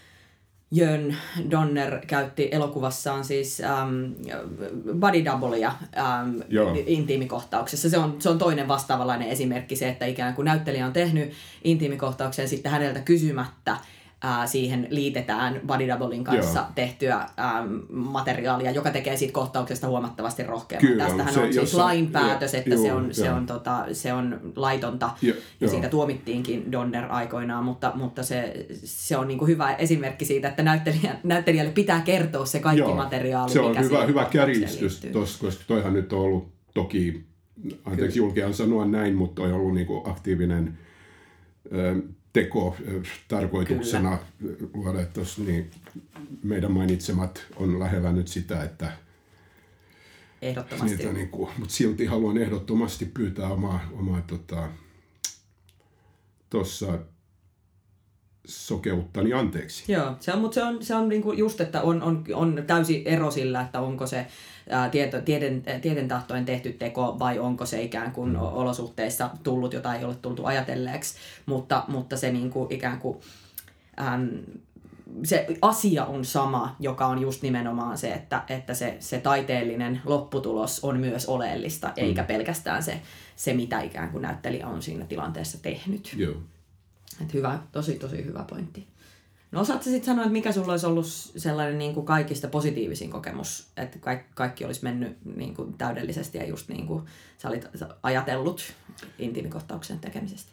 Jön Donner käytti elokuvassaan siis ähm, body doubleja ähm, intiimikohtauksessa. Se on, se on toinen vastaavanlainen esimerkki, se, että ikään kuin näyttelijä on tehnyt intiimikohtauksen sitten häneltä kysymättä ää, siihen liitetään body doublein kanssa Joo. tehtyä ähm, materiaalia, joka tekee siitä kohtauksesta huomattavasti rohkeamman. Kyllä, Tästähän se, on siis lainpäätös, että juu, se, on, se, on, tota, se on laitonta jo, ja jo. siitä tuomittiinkin Donner aikoinaan, mutta, mutta se, se on niinku hyvä esimerkki siitä, että näyttelijä, näyttelijälle pitää kertoa se kaikki Joo, materiaali, se on mikä hyvä, hyvä kärjistys tossa, koska toihan nyt on ollut toki, anteeksi julkean sanoa näin, mutta on ollut niinku aktiivinen ö, teko tarkoituksena luoda, että tos, niin meidän mainitsemat on lähellä nyt sitä, että ehdottomasti. Niin kuin, mutta silti haluan ehdottomasti pyytää omaa, omaa tota, tuossa sokeuttani anteeksi. Joo, se on, mutta se on, se on niinku just, että on, on, on täysi ero sillä, että onko se ää, tieto, tieden, tieden tahtoen tehty teko vai onko se ikään kuin mm. olosuhteissa tullut, jota ei ole tultu ajatelleeksi, mutta, mutta se niinku ikään kuin, äm, se asia on sama, joka on just nimenomaan se, että, että se, se taiteellinen lopputulos on myös oleellista, mm. eikä pelkästään se, se, mitä ikään kuin näyttelijä on siinä tilanteessa tehnyt. Joo. Et hyvä, tosi tosi hyvä pointti. No osaatko sitten sanoa, että mikä sulla olisi ollut sellainen niin kuin kaikista positiivisin kokemus, että kaikki, kaikki olisi mennyt niin kuin täydellisesti ja just niin kuin sä olit ajatellut intiimikohtauksen tekemisestä?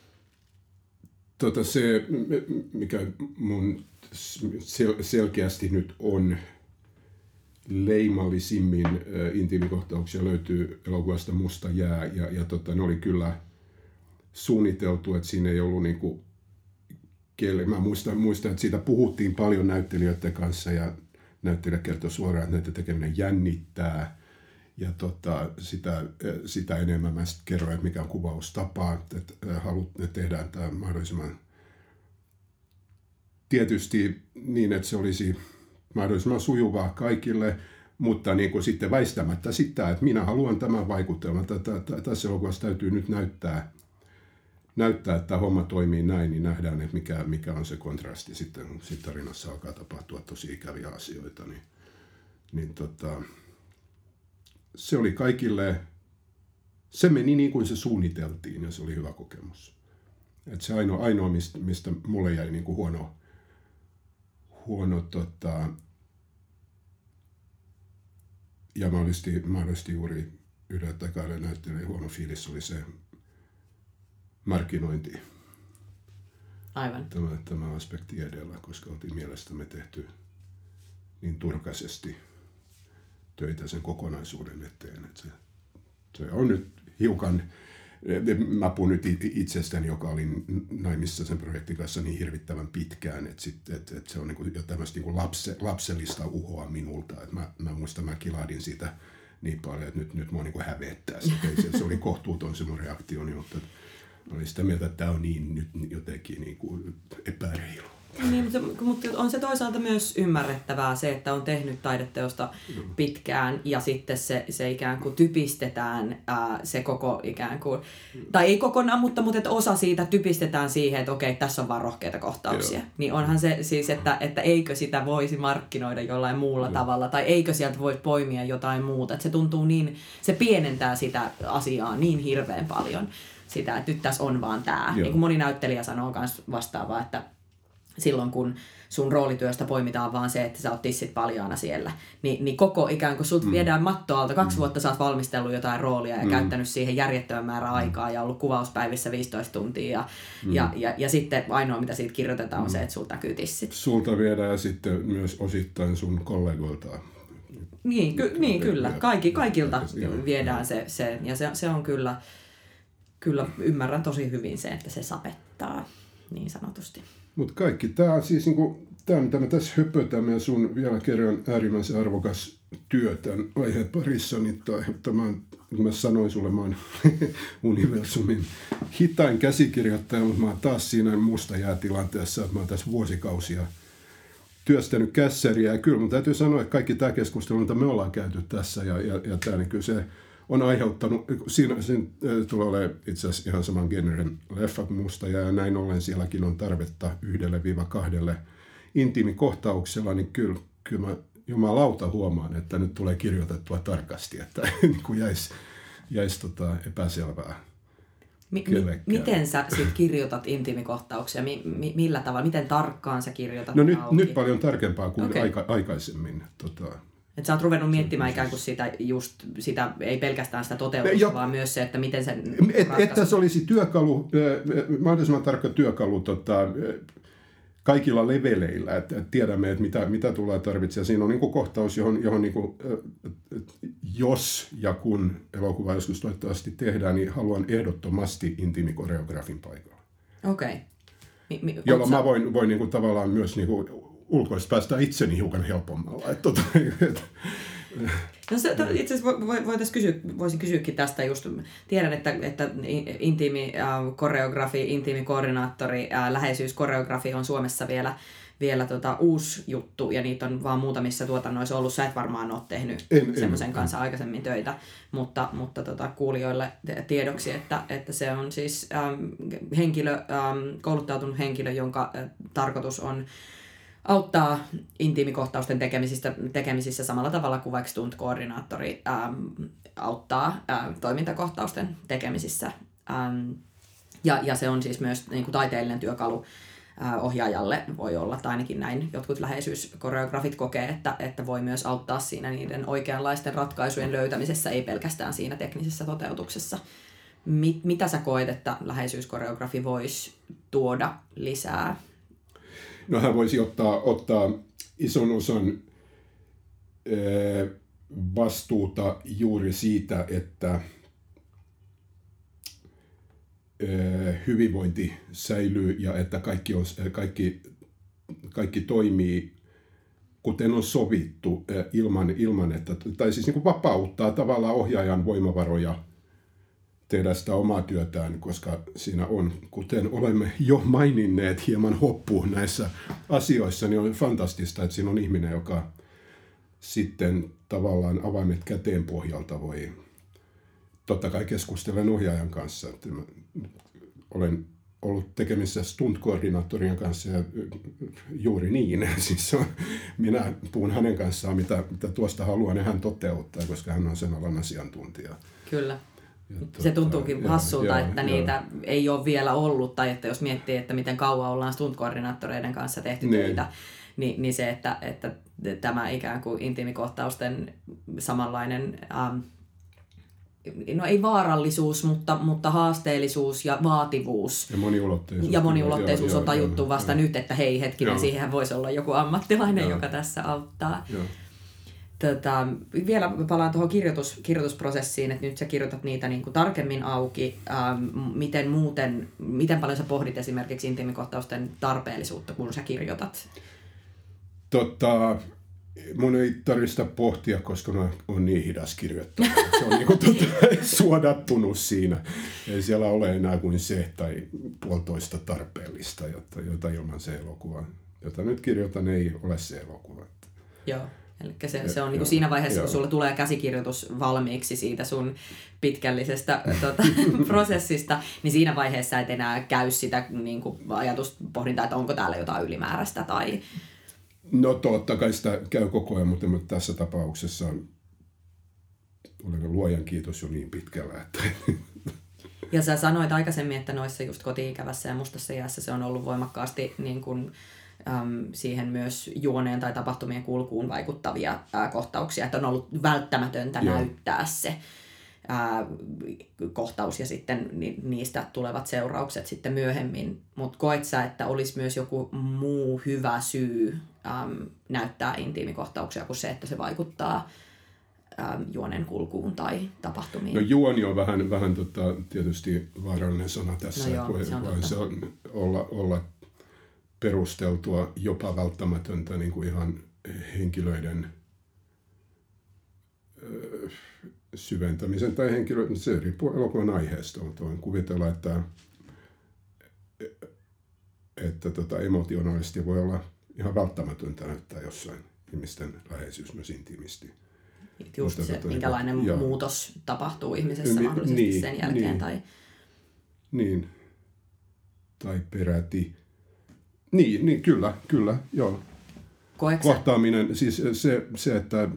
Tota se, mikä mun sel- selkeästi nyt on leimallisimmin äh, intiimikohtauksia löytyy elokuvasta Musta jää ja, ja tota, ne oli kyllä suunniteltu, että siinä ei ollut niinku kelle. Mä muistan, muistan, että siitä puhuttiin paljon näyttelijöiden kanssa ja näyttelijä kertoi suoraan, että näitä tekeminen jännittää. Ja tota, sitä, sitä enemmän mä sitten kerroin, että mikä on kuvaustapa, että halut, ne tehdään tämä mahdollisimman tietysti niin, että se olisi mahdollisimman sujuvaa kaikille, mutta niin kuin sitten väistämättä sitä, että minä haluan tämän vaikutelman. Tässä elokuvassa täytyy nyt näyttää, näyttää, että tämä homma toimii näin, niin nähdään, että mikä, mikä on se kontrasti sitten, kun sitten tarinassa alkaa tapahtua tosi ikäviä asioita. Niin, niin tota, se oli kaikille, se meni niin kuin se suunniteltiin ja se oli hyvä kokemus. Et se ainoa, ainoa mistä, mistä mulle jäi niin kuin huono, huono tota, ja mahdollisesti, mahdollisesti juuri yhdellä tai kahdella näyttelijällä huono fiilis oli se markkinointi. Aivan. Tämä, tämä aspekti edellä, koska oltiin mielestämme tehty niin turkaisesti töitä sen kokonaisuuden eteen. Että se, se on nyt hiukan, mä puhun nyt itsestäni, joka oli naimissa sen projektin kanssa niin hirvittävän pitkään, että, sit, että, että se on niin kuin jo tämmöistä niin kuin lapse, lapsellista uhoa minulta. Että mä, mä muistan, mä kilahdin siitä niin paljon, että nyt, nyt mua niin kuin hävettää. Se, se oli kohtuuton se mun reaktioni, mutta mä olin sitä mieltä, että tämä on niin nyt jotenkin niin kuin epäreilu. Niin, mutta, mutta on se toisaalta myös ymmärrettävää se, että on tehnyt taideteosta pitkään ja sitten se, se ikään kuin typistetään ää, se koko ikään kuin, tai ei kokonaan, mutta, mutta osa siitä typistetään siihen, että okei, tässä on vaan rohkeita kohtauksia. Joo. Niin onhan se siis, että, että eikö sitä voisi markkinoida jollain muulla Joo. tavalla tai eikö sieltä voisi poimia jotain muuta. Että se tuntuu niin, se pienentää sitä asiaa niin hirveän paljon, sitä, että nyt tässä on vaan tämä. Niin kuin moni näyttelijä sanoo myös vastaavaa, että silloin kun sun roolityöstä poimitaan vaan se, että sä oot tissit paljaana siellä, niin, niin koko ikään kuin sut mm. viedään mattoalta. Kaksi mm. vuotta sä oot valmistellut jotain roolia ja mm. käyttänyt siihen järjettömän määrän aikaa ja ollut kuvauspäivissä viisitoista tuntia. Ja, mm. ja, ja, ja sitten ainoa, mitä siitä kirjoitetaan, on mm. se, että sulta näkyy tissit. Sulta viedään ja sitten myös osittain sun kollegoilta. Niin, ky- niin kyllä. Kaikki, kaikilta viedään se, se ja se, se on kyllä, kyllä, ymmärrän tosi hyvin se, että se sapettaa niin sanotusti. Mutta kaikki tämä on siis niinku, tämä mitä me tässä höpötämme ja sun vielä kerran äärimmäisen arvokas työ tämän aiheen parissa, niin tämä, kun mä sanoin sulle, mä oon universumin hitain käsikirjoittaja, mutta mä oon taas siinä musta jäätilanteessa, että mä oon tässä vuosikausia työstänyt kässäriä. Ja kyllä mun täytyy sanoa, että kaikki tämä keskustelu, mitä me ollaan käyty tässä ja, ja, ja tämä, niin kyllä se on aiheuttanut, siinä, siinä tulee olemaan itse asiassa ihan saman genren leffa kuin Musta ja näin ollen sielläkin on tarvetta yhdelle viiva kahdelle intiimikohtauksella, niin kyllä, kyllä mä jumalauta huomaan, että nyt tulee kirjoitettua tarkasti, että niin kuin jäisi, jäisi tota epäselvää. Mi- mi- miten sä sit kirjoitat intiimikohtauksia? Mi- mi- millä tavalla? Miten tarkkaan sä kirjoitat? No nyt, nyt paljon tarkempaa kuin okay. aika, aikaisemmin. Tota, että sä oot ruvennut miettimään ikään kuin sitä, just sitä, ei pelkästään sitä toteutusta, ja, vaan myös se, että miten sen et, että se olisi työkalu, mahdollisimman tarkka työkalu tota, kaikilla leveleillä, että tiedämme, että mitä, mitä tulee tarvitsemaan. Siinä on niin kuin kohtaus, johon, johon niin kuin, jos ja kun elokuva joskus toivottavasti tehdään, niin haluan ehdottomasti intiimikoreografin paikalla. Okei. Okay. Mi- Jolla mä voin, voin niin kuin, tavallaan myös niin kuin, ulkoista päästä itseni hiukan helpommalla. Että, tota, et. No se, itse asiassa voitaisiin kysyä, voisin kysyäkin tästä just. Tiedän, että, että intiimi äh, koreografi, intiimi koordinaattori, äh, läheisyyskoreografi on Suomessa vielä, vielä tota, uusi juttu ja niitä on vaan muutamissa tuotannoissa ollut. Sä et varmaan ole tehnyt semmoisen kanssa en. aikaisemmin töitä, mutta, mutta tota, kuulijoille tiedoksi, että, että se on siis ähm, henkilö, ähm, kouluttautunut henkilö, jonka äh, tarkoitus on auttaa intiimikohtausten tekemisissä, tekemisissä samalla tavalla kuin vaikka stunt-koordinaattori ähm, auttaa äh, toimintakohtausten tekemisissä. Ähm, ja, ja se on siis myös niin kuin taiteellinen työkalu äh, ohjaajalle voi olla, tai ainakin näin jotkut läheisyyskoreografit kokee, että, että voi myös auttaa siinä niiden oikeanlaisten ratkaisujen löytämisessä, ei pelkästään siinä teknisessä toteutuksessa. Mit, mitä sä koet, että läheisyyskoreografi voisi tuoda lisää? No hän voisi ottaa, ottaa ison osan vastuuta juuri siitä, että hyvinvointi säilyy ja että kaikki, on, kaikki, kaikki toimii kuten on sovittu ilman, ilman että, tai siis niin kuin vapauttaa tavallaan ohjaajan voimavaroja tehdä sitä omaa työtään, koska siinä on, kuten olemme jo maininneet, hieman hoppu näissä asioissa, niin on fantastista, että siinä on ihminen, joka sitten tavallaan avaimet käteen pohjalta voi, totta kai keskustellen ohjaajan kanssa. Että olen ollut tekemissä stunt-koordinaattorien kanssa ja juuri niin. Siis on, minä puhun hänen kanssaan, mitä, mitä tuosta haluan, ja hän toteuttaa, koska hän on sen alan asiantuntija. Kyllä. Tuota, se tuntuukin hassulta, että joo. niitä ei ole vielä ollut, tai että jos miettii, että miten kauan ollaan stunt-koordinaattoreiden kanssa tehty niin. töitä, niin, niin se, että, että tämä ikään kuin intiimikohtausten samanlainen, ähm, no ei vaarallisuus, mutta, mutta haasteellisuus ja vaativuus. Ja moniulotteisuus. Ja moniulotteisuus joo, on tajuttu joo, vasta joo. nyt, että hei hetkinen, joo. siihen voisi olla joku ammattilainen, joo. joka tässä auttaa. Joo. Tota, vielä palaan tuohon kirjoitus, kirjoitusprosessiin, että nyt sä kirjoitat niitä niin kuin tarkemmin auki. Ähm, miten muuten, miten paljon sä pohdit esimerkiksi intiimikohtausten tarpeellisuutta, kun sä kirjoitat? Tota, mun ei tarvitse pohtia, koska mä oon niin hidas kirjoittanut. Se on niin kuin tota, suodattunut siinä. Ei siellä ole enää kuin se tai puolitoista tarpeellista, jota, jota ilman se elokuva, jota nyt kirjoitan, ei ole se elokuva. Joo. Eli se, se on niin kuin siinä vaiheessa, kun sulla tulee käsikirjoitus valmiiksi siitä sun pitkällisestä tuota, prosessista, niin siinä vaiheessa et enää käy sitä niin kuin ajatuspohdintaa, että onko täällä jotain ylimääräistä. Tai... No totta kai sitä käy koko ajan, mutta tässä tapauksessa olen luojan kiitos jo niin pitkällä. Että... Ja sä sanoit aikaisemmin, että noissa just Koti-ikävässä ja Mustassa jäässä se on ollut voimakkaasti niin kuin siihen myös juoneen tai tapahtumien kulkuun vaikuttavia ää, kohtauksia, että on ollut välttämätöntä Joo. näyttää se ää, kohtaus ja sitten ni, niistä tulevat seuraukset sitten myöhemmin. Mutta koet sä, että olisi myös joku muu hyvä syy äm, näyttää intiimikohtauksia kuin se, että se vaikuttaa äm, juonen kulkuun tai tapahtumiin? No juoni on vähän, vähän tota, tietysti vaarallinen sana tässä, no joo, voi, se on voi se on olla, olla perusteltua, jopa välttämätöntä niin kuin ihan henkilöiden ö, syventämisen tai henkilöiden, se riippuu elokuvan aiheesta, mutta voin kuvitella, että, että tota, emotionaalisesti voi olla ihan välttämätöntä näyttää jossain ihmisten läheisyys myös intiimisti. Just mutta, se, tota, minkälainen niin, muutos ja, tapahtuu ihmisessä niin, mahdollisesti niin, sen jälkeen. Niin, tai... niin, tai peräti. Niin, niin kyllä, kyllä, joo. Koeksä? Kohtaaminen, siis se, se että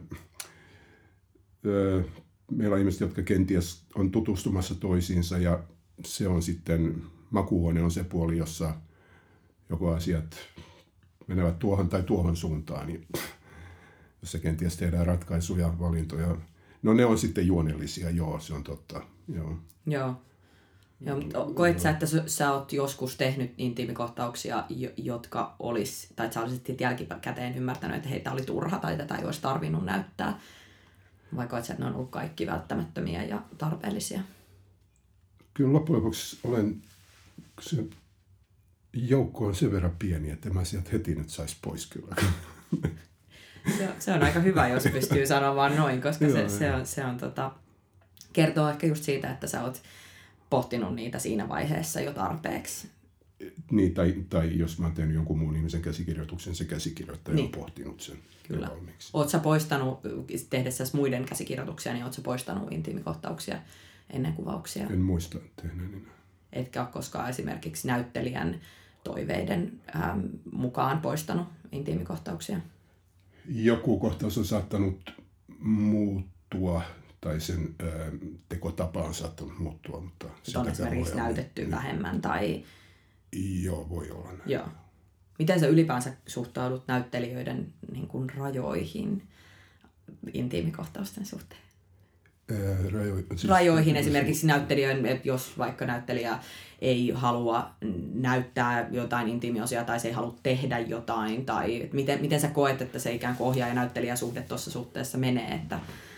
ö, meillä on ihmiset, jotka kenties on tutustumassa toisiinsa ja se on sitten, makuuhuone on se puoli, jossa joko asiat menevät tuohon tai tuohon suuntaan, niin jossa kenties tehdään ratkaisuja, valintoja. No ne on sitten juonellisia, joo, se on totta, joo. Joo. Joo, koet sä, että sä oot joskus tehnyt intiimikohtauksia, jotka olis, tai että sä olisit jälkikäteen ymmärtänyt, että heitä oli turha tai tätä ei olisi tarvinnut näyttää? Vai koet sä, että ne on ollut kaikki välttämättömiä ja tarpeellisia? Kyllä loppujen lopuksi olen, se joukko on sen verran pieni, että mä sieltä heti nyt saisi pois kyllä. Se on, se on aika hyvä, jos pystyy sanomaan noin, koska se, se, on, se on, tota, kertoo ehkä just siitä, että sä oot pohtinut niitä siinä vaiheessa jo tarpeeksi. Niin, tai, tai jos mä oon tehnyt jonkun muun ihmisen käsikirjoituksen, se käsikirjoittaja niin. on pohtinut sen. Kyllä. Oot sä poistanut, tehdessäsi muiden käsikirjoituksia, niin oot sä poistanut intiimikohtauksia ennen kuvauksia? En muista tehneeni. Etkä ole koskaan esimerkiksi näyttelijän toiveiden ähm, mukaan poistanut intiimikohtauksia? Joku kohtaus on saattanut muuttua, tai sen ää, tekotapa on saattanut muuttua. Mutta on esimerkiksi näytetty niin vähemmän tai... Joo, voi olla näin. Joo. Miten sä ylipäänsä suhtaudut näyttelijöiden niin kuin rajoihin intiimikohtausten suhteen? Ää, rajo... siis... Rajoihin esimerkiksi näyttelijöiden, jos vaikka näyttelijä ei halua näyttää jotain intiimiosia tai se ei halua tehdä jotain, tai miten, miten sä koet, että se ikään kuin ohjaaja- ja näyttelijäsuhde tuossa suhteessa menee? Että...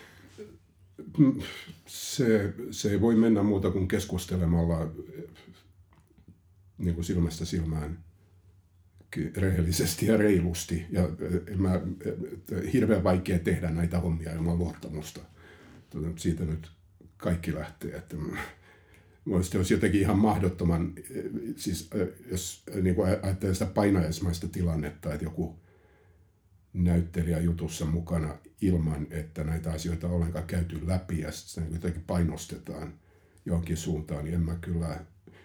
Se, se ei voi mennä muuta kuin keskustelemalla niin kuin silmästä silmään rehellisesti ja reilusti. Ja mä, hirveän vaikea tehdä näitä hommia ilman luottamusta. Siitä nyt kaikki lähtee. Että mielestäni olisi jotenkin ihan mahdottoman, siis jos niin kuin ajattelee sitä painajaismaista tilannetta, että joku näyttelijä jutussa mukana ilman, että näitä asioita on ollenkaan käyty läpi ja sitten jotenkin painostetaan johonkin suuntaan, niin en mä kyllä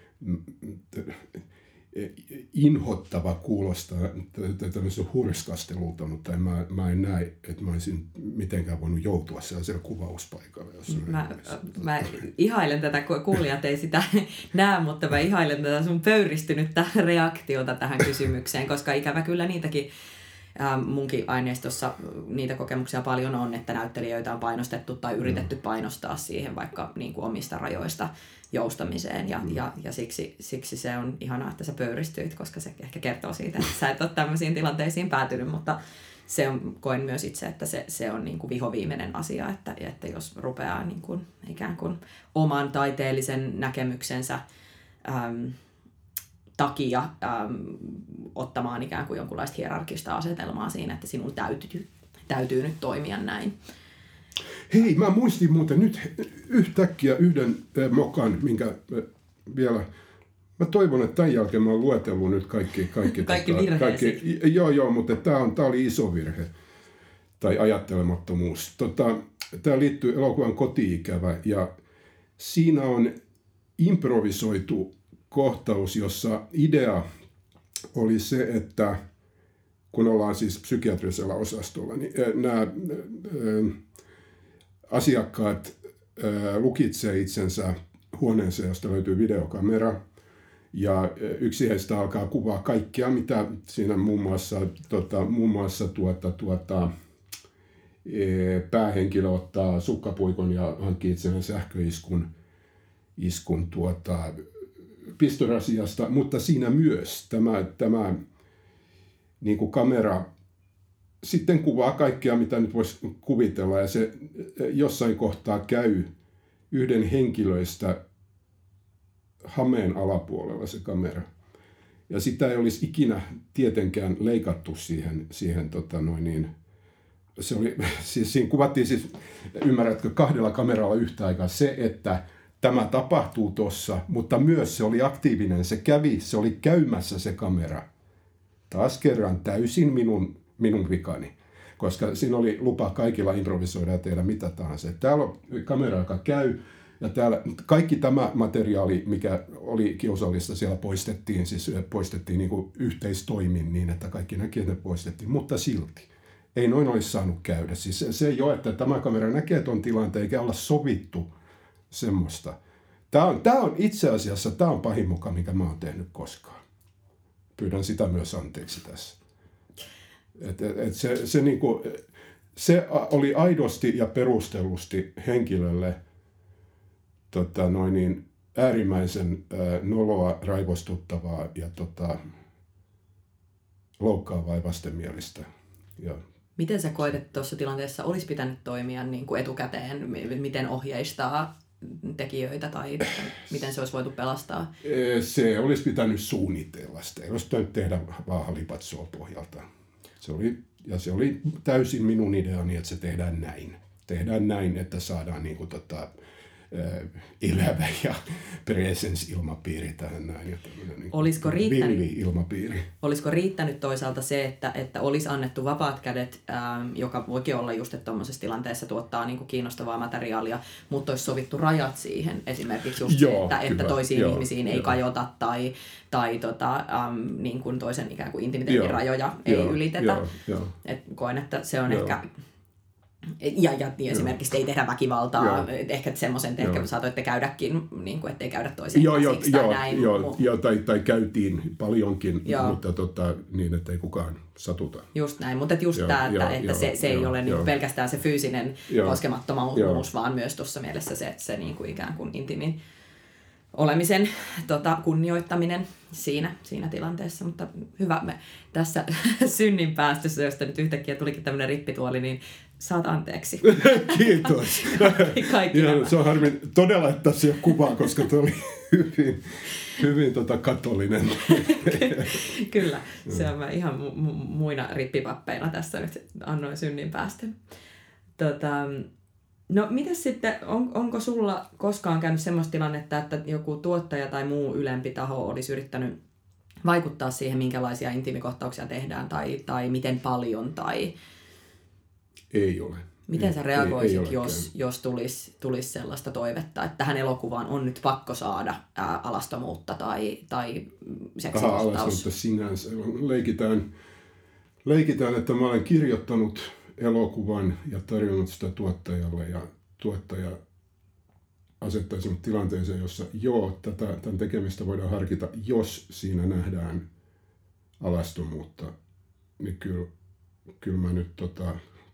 inhottava kuulostaa tämmöisen hurskastelulta, mutta en, mä, mä en näe, että mä olisin mitenkään voinut joutua sellaiselle kuvauspaikalle. Mä, mä ihailen tätä, kuulijat ei sitä näe, mutta mä ihailen tätä sun pöyristynyttä reaktiota tähän kysymykseen, koska ikävä kyllä niitäkin munkin aineistossa niitä kokemuksia paljon on, että näyttelijöitä on painostettu tai yritetty painostaa siihen vaikka niin kuin omista rajoista joustamiseen. Ja, mm. ja, ja siksi, siksi se on ihanaa, että sä pöyristyit, koska se ehkä kertoo siitä, että sä et ole tämmöisiin tilanteisiin päätynyt, mutta se on, koen myös itse, että se, se on niin kuin vihoviimeinen asia, että, että jos rupeaa niin kuin, ikään kuin oman taiteellisen näkemyksensä äm, takia äm, ottamaan ikään kuin jonkunlaista hierarkista asetelmaa siinä, että sinun täytyy, täytyy nyt toimia näin. Hei, mä muistin muuten nyt yhtäkkiä yhden mokan, minkä vielä... Mä toivon, että tämän jälkeen mä oon luetellut nyt kaikki... Kaikki, kaikki tota, virheesi. Kaikki, joo, joo, mutta tää, on, tää oli iso virhe. Tai ajattelemattomuus. Tota, tää liittyy elokuvan Koti-ikävä ja siinä on improvisoitu kohtaus, jossa idea oli se, että kun ollaan siis psykiatrisella osastolla, niin nämä asiakkaat lukitsee itsensä huoneeseen, josta löytyy videokamera, ja yksi heistä alkaa kuvaa kaikkea, mitä siinä muun muassa, tota, muun muassa tuota, tuota, päähenkilö ottaa sukkapuikon ja hankkii itselleen sähköiskun iskun, tuota, pistorasiasta, mutta siinä myös tämä, tämä niin kuin kamera sitten kuvaa kaikkea, mitä nyt voisi kuvitella, ja se jossain kohtaa käy yhden henkilöistä hameen alapuolella se kamera. Ja sitä ei olisi ikinä tietenkään leikattu siihen, siihen tota noin niin, se oli, siis siinä kuvattiin siis, ymmärrätkö, kahdella kameralla yhtä aikaa se, että tämä tapahtuu tossa, mutta myös se oli aktiivinen, se kävi, se oli käymässä se kamera. Taas kerran täysin minun, minun vikani, koska siinä oli lupa kaikilla improvisoida ja tehdä mitä tahansa. Täällä on kamera, joka käy, ja täällä kaikki tämä materiaali, mikä oli kiusallista, siellä poistettiin, siis poistettiin niin kuin yhteistoimin niin, että kaikki näki, että ne poistettiin, mutta silti. Ei noin olisi saanut käydä. Siis se, se ei ole, että tämä kamera näkee tuon tilanteen, eikä olla sovittu semmoista. Tämä on, tämä on itse asiassa, tämä on pahin muka, mikä mä oon tehnyt koskaan. Pyydän sitä myös anteeksi tässä. Et, et, et se, se, niinku, se oli aidosti ja perustellusti henkilölle tota, noin niin, äärimmäisen ää, noloa, raivostuttavaa ja tota, loukkaavaa ja vastenmielistä. Ja miten sä koet, että tuossa tilanteessa olisi pitänyt toimia niin kuin etukäteen? Miten ohjeistaa tekijöitä tai miten se olisi voitu pelastaa? Se olisi pitänyt suunnitella sitä. Ei olisi pitänyt tehdä vaan halipatsoa pohjalta. Se oli ja se oli täysin minun ideani, että se tehdään näin. Tehdään näin, että saadaan niin kuin, tota, elävä ja presence-ilmapiiri tähän näin. Ja niin olisiko, riittänyt, ilmapiiri. olisiko riittänyt toisaalta se, että, että olisi annettu vapaat kädet, ähm, joka voikin olla just, että tuommoisessa tilanteessa tuottaa niin kuin kiinnostavaa materiaalia, mutta olisi sovittu rajat siihen. Esimerkiksi just joo, se, että, että toisiin joo, ihmisiin joo. ei kajota tai, tai tota, ähm, niin kuin toisen ikään kuin intimiteetin rajoja ei joo, ylitetä. Joo, joo. Et koen, että se on joo. ehkä... Ja, ja niin esimerkiksi ei tehdä väkivaltaa, joo. ehkä semmoisen te ehkä saatoitte käydäkin, niin kuin, ettei käydä toiseen joo, käsiksi joo, tai näin. Joo, joo, tai, tai käytiin paljonkin, joo. mutta tota, niin, ettei kukaan satuta. Just näin, mutta just tämä, että, joo, että joo, se, se ei joo, ole niin pelkästään se fyysinen joo, koskemattomuus, vaan myös tuossa mielessä se, se niin kuin ikään kuin intimin olemisen tota, kunnioittaminen siinä, siinä tilanteessa, mutta hyvä, me tässä synnin päästössä, josta nyt yhtäkkiä tulikin tämmöinen rippituoli, niin saat anteeksi. Kiitos. Kaikki, kaikki ja, se on harmi todella, että tässä ei ole kuvaa, koska tuo oli hyvin, hyvin tota, katolinen. Kyllä, se on mä ihan mu- mu- muina rippipappeina tässä nyt annoin synnin päästön. Tota, no mitäs sitten, on, onko sulla koskaan käynyt semmoista tilannetta, että joku tuottaja tai muu ylempi taho olisi yrittänyt vaikuttaa siihen, minkälaisia intiimikohtauksia tehdään tai, tai miten paljon tai... Ei ole. Miten sä reagoisit, ei, ei jos, jos tulisi, tulisi sellaista toivetta, että tähän elokuvaan on nyt pakko saada ää, alastomuutta tai, tai seksikohtaus? Aha, alastomuutta sinänsä. Leikitään, leikitään, että mä olen kirjoittanut elokuvan ja tarjonnut sitä tuottajalle ja tuottaja asettaisi mut tilanteeseen, jossa joo, tätä, tämän tekemistä voidaan harkita, jos siinä nähdään alastomuutta, niin kyllä, kyllä mä nyt tota,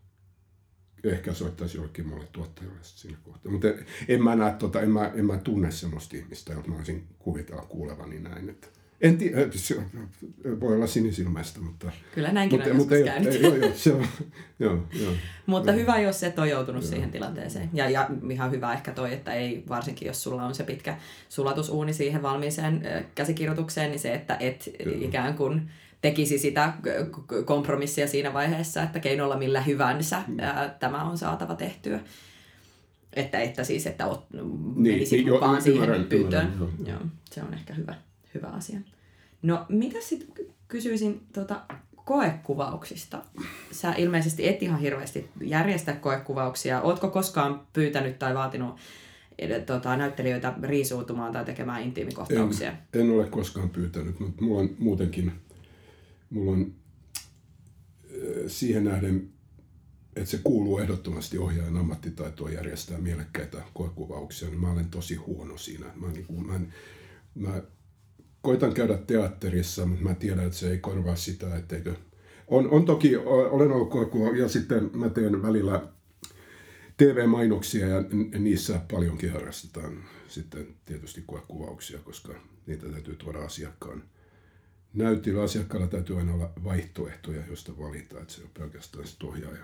ehkä soittaisi jollekin mulle tuottajalle siinä kohtaa. Mutta en, en mä näe, tota, en, mä, en mä tunne semmoista ihmistä, jota mä olisin kuvitella kuulevani näin. Että en tiedä, voi olla sinisilmäistä, mutta... Kyllä näinkin mutta, on mutta joskus käynyt. Ei, joo, joo, se on, joo, joo, mutta joo. Hyvä, jos et ole joutunut joo. siihen tilanteeseen. Ja, ja ihan hyvä ehkä toi, että ei, varsinkin jos sulla on se pitkä sulatusuuni siihen valmiiseen käsikirjoitukseen, niin se, että et joo. ikään kuin tekisi sitä kompromissia siinä vaiheessa, että keinolla millä hyvänsä hmm. ää, tämä on saatava tehtyä. Että, että siis, että ot, menisit niin, mukaan jo, siihen ymmärrän, pyytöön. Ymmärrän, joo. Joo, se on ehkä hyvä. Hyvä asia. No, mitä sitten kysyisin tuota, koekuvauksista? Sä ilmeisesti et ihan hirveästi järjestä koekuvauksia. Ootko koskaan pyytänyt tai vaatinut tota, näyttelijöitä riisuutumaan tai tekemään intiimikohtauksia? En, en ole koskaan pyytänyt, mutta mulla on muutenkin mulla on siihen nähden, että se kuuluu ehdottomasti ohjaajan ammattitaitoon järjestää mielekkäitä koekuvauksia, niin mä olen tosi huono siinä. Mä, niin kuin, mä, mä koitan käydä teatterissa, mutta mä tiedän, että se ei korvaa sitä, etteikö... On, on toki, olen ollut koekuva, ja sitten mä teen välillä T V-mainoksia, ja niissä paljonkin harrastetaan sitten tietysti koekuvauksia, koska niitä täytyy tuoda asiakkaan näyttelyä. Asiakkaalla täytyy aina olla vaihtoehtoja, joista valita, että se on pelkästään sit ohjaaja,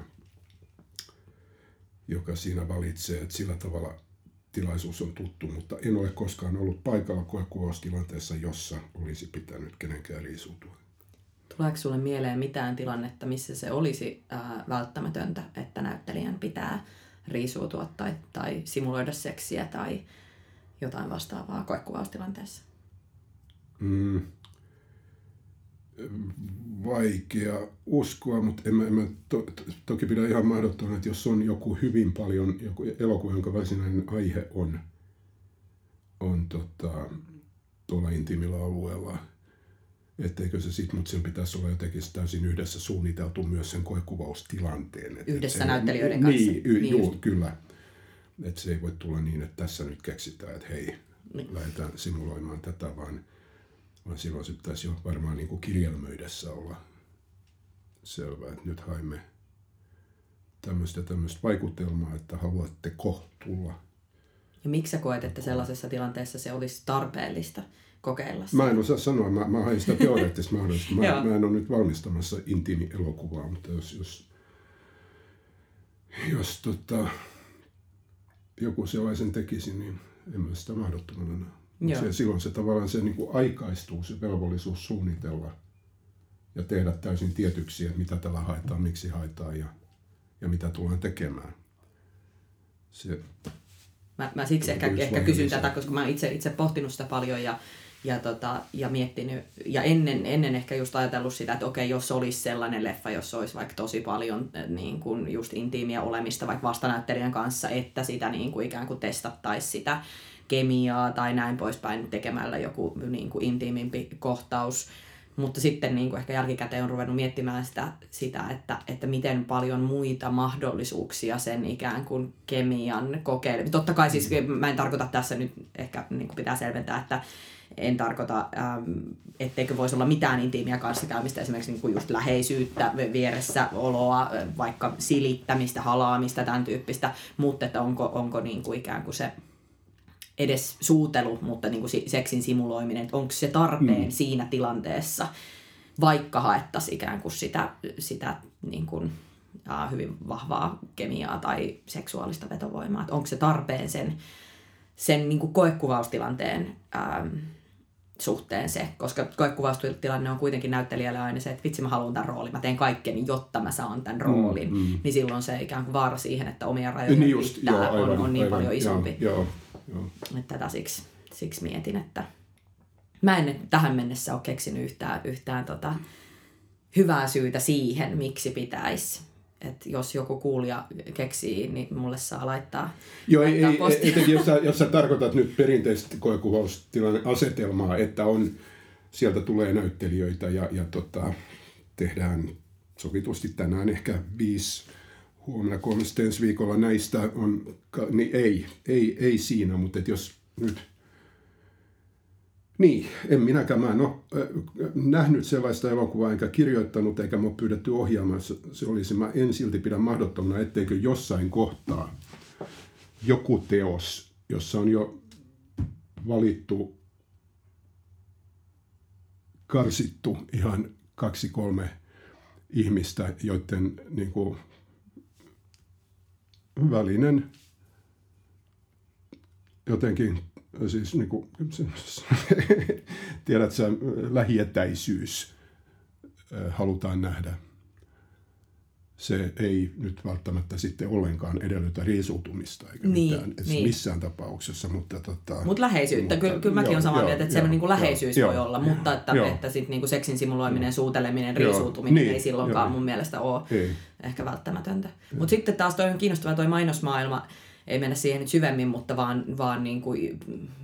joka siinä valitsee, että sillä tavalla tilaisuus on tuttu, mutta en ole koskaan ollut paikalla koekuvaustilanteessa, jossa olisi pitänyt kenenkään riisuutua. Tuleeko sulle mieleen mitään tilannetta, missä se olisi ää, välttämätöntä, että näyttelijän pitää riisuutua tai, tai simuloida seksiä tai jotain vastaavaa koekuvaustilanteessa? Mm. Vaikea uskoa, mutta en mä, en mä to, to, toki pidä ihan mahdottomana, että jos on joku hyvin paljon, joku elokuva, jonka varsinainen aihe on, on tota, tuolla intiimillä alueella, etteikö se sitten, mutta sen pitäisi olla jotenkin täysin yhdessä suunniteltu myös sen koekuvaustilanteen. Et, yhdessä et se, näyttelijöiden kanssa. Niin, y, niin juu, kyllä. Että se ei voi tulla niin, että tässä nyt keksitään, että hei, niin. lähdetään simuloimaan tätä, vaan vaan silloin se pitäisi jo varmaan niin kuin kirjelmöidessä olla selvää, että nyt haimme tämmöistä tämmöistä vaikutelmaa, että haluatteko tulla. Ja miksi sä koet, että sellaisessa tilanteessa se olisi tarpeellista kokeilla? Mä en osaa sanoa, mä, mä hain sitä teoreettista mahdollista. Mä, mä en ole nyt valmistamassa intiimi-elokuvaa, mutta jos, jos, jos tota, joku sellaisen tekisi, niin en mä sitä mahdottomana näe. Se, silloin se tavallaan se niin kuin aikaistuu, se velvollisuus suunnitella ja tehdä täysin tietyksi, että mitä tällä haetaan, miksi haetaan ja, ja mitä tullaan tekemään. Se, mä, mä siksi ehkä, ehkä kysyn tätä, koska mä oon itse, itse pohtinut sitä paljon ja, ja, tota, ja miettinyt, ja ennen, ennen ehkä just ajatellut sitä, että okei, jos olisi sellainen leffa, jos olisi vaikka tosi paljon niin kuin just intiimiä olemista vaikka vastanäyttelijän kanssa, että sitä niin kuin ikään kuin testattaisiin sitä kemiaa tai näin poispäin tekemällä joku niin kuin intiimimpi kohtaus. Mutta sitten niin kuin ehkä jälkikäteen on ruvennut miettimään sitä, sitä että, että miten paljon muita mahdollisuuksia sen ikään kuin kemian kokeilemiseen. Totta kai siis mä en tarkoita tässä nyt, ehkä niin kuin pitää selventää, että en tarkoita, ähm, etteikö voisi olla mitään intiimiä kanssakäymistä, esimerkiksi niin kuin just läheisyyttä, vieressä oloa, vaikka silittämistä, halaamista, tämän tyyppistä, mutta että onko, onko niin kuin ikään kuin se edes suutelu, mutta niin kuin seksin simuloiminen, että onko se tarpeen mm. siinä tilanteessa, vaikka haettaisiin ikään kuin sitä, sitä niin kuin, ää, hyvin vahvaa kemiaa tai seksuaalista vetovoimaa, että onko se tarpeen sen, sen niin kuin koekuvaustilanteen ää, suhteen se, koska koekuvaustilanne on kuitenkin näyttelijälle aina se, että vitsi mä haluan tämän roolin, mä teen kaikkeni, jotta mä saan tämän roolin, mm, mm. niin silloin se ikään kuin vaara siihen, että omia rajoja niin ylittää on, on niin aivan, paljon isompi. Joo, joo. Joo. Että tätä siksi, siksi mietin, että mä en tähän mennessä ole keksinyt yhtään, yhtään tota hyvää syytä siihen, miksi pitäisi. Että jos joku kuulija keksii, niin mulle saa laittaa, Joo, laittaa ei, postia. Ei, jos, sä, jos sä tarkoitat nyt perinteisesti koekuvaustilanne asetelmaa, että on, sieltä tulee näyttelijöitä ja, ja tota, tehdään sovitusti tänään ehkä viisi, huomenna kolmesta ensi viikolla näistä on, niin ei, ei, ei siinä, mutta et jos nyt, niin, en minäkään, mä en ole nähnyt sellaista elokuvaa enkä kirjoittanut eikä mä ole pyydetty ohjaamaan, se olisi, mä en silti pidä mahdottomana, etteikö jossain kohtaa joku teos, jossa on jo valittu, karsittu ihan kaksi kolme ihmistä, joiden niin kuin, välinen jotenkin, siis niin kuin, tiedät sä, lähietäisyys halutaan nähdä. Se ei nyt välttämättä sitten ollenkaan edellytä riisuutumista eikä niin, mitään niin. missään tapauksessa. Mutta tota, Mut läheisyyttä, mutta, kyllä, kyllä mäkin olen samaa mieltä, että joo, se niin läheisyys joo, voi joo, olla, mutta että, että sit niin kuin seksin simuloiminen, suuteleminen, riisuutuminen niin, ei silloinkaan joo, mun mielestä ole ei. ehkä välttämätöntä. Mutta sitten taas toi on kiinnostava toi mainosmaailma, ei mennä siihen nyt syvemmin, mutta vaan, vaan niin kuin,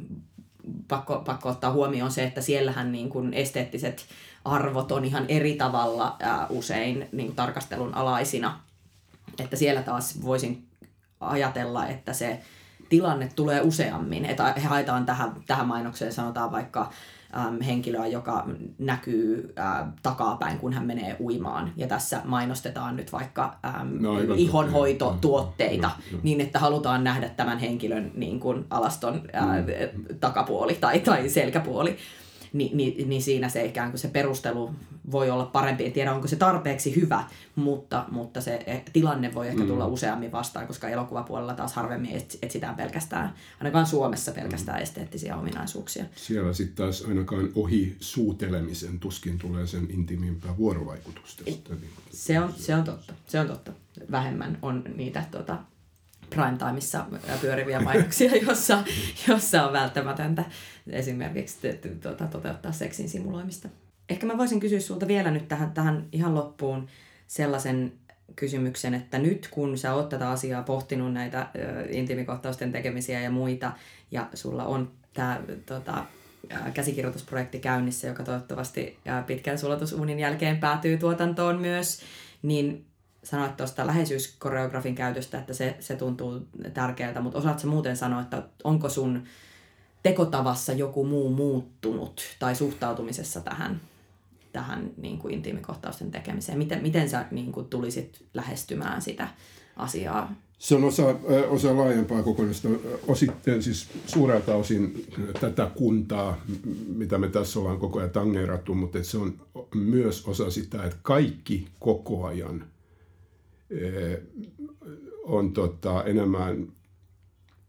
pakko, pakko ottaa huomioon se, että siellähän niin kuin esteettiset arvot on ihan eri tavalla ää, usein niin kuin tarkastelun alaisina. Että siellä taas voisin ajatella, että se tilanne tulee useammin. Että he haetaan tähän, tähän mainokseen, sanotaan vaikka äm, henkilöä, joka näkyy ää, takapäin, kun hän menee uimaan. Ja tässä mainostetaan nyt vaikka äm, no, ihonhoitotuotteita, no, no. niin että halutaan nähdä tämän henkilön niin kuin alaston ää, mm. takapuoli tai, tai selkäpuoli. Ni, niin, niin siinä se ikään kuin se perustelu voi olla parempi. En tiedä, onko se tarpeeksi hyvä, mutta, mutta se tilanne voi ehkä tulla mm. useammin vastaan, koska elokuvapuolella taas harvemmin etsitään pelkästään, ainakaan Suomessa pelkästään esteettisiä ominaisuuksia. Siellä sitten taas ainakaan ohi suutelemisen tuskin tulee sen intiimimpää vuorovaikutusta. Se on, se on totta. Se on totta. Vähemmän on niitä tuota, prime-timeissa pyöriviä mainoksia, jossa, jossa on välttämätöntä esimerkiksi tuota, toteuttaa seksin simuloimista. Ehkä mä voisin kysyä sulta vielä nyt tähän, tähän ihan loppuun sellaisen kysymyksen, että nyt kun sä oot tätä asiaa pohtinut, näitä ö, intiimikohtausten tekemisiä ja muita, ja sulla on tämä tota, käsikirjoitusprojekti käynnissä, joka toivottavasti pitkän sulatusuunin jälkeen päätyy tuotantoon myös, niin sanoit tuosta läheisyyskoreografin käytöstä, että se, se tuntuu tärkeältä, mutta osaatko muuten sanoa, että onko sun tekotavassa joku muu muuttunut tai suhtautumisessa tähän, tähän niin kuin intiimikohtausten tekemiseen? Miten, miten sä niin kuin tulisit lähestymään sitä asiaa? Se on osa, osa laajempaa kokonaista, osittain siis suurelta osin tätä kuntaa, mitä me tässä ollaan koko ajan tangeerattu, mutta se on myös osa sitä, että kaikki koko ajan on tota, enemmän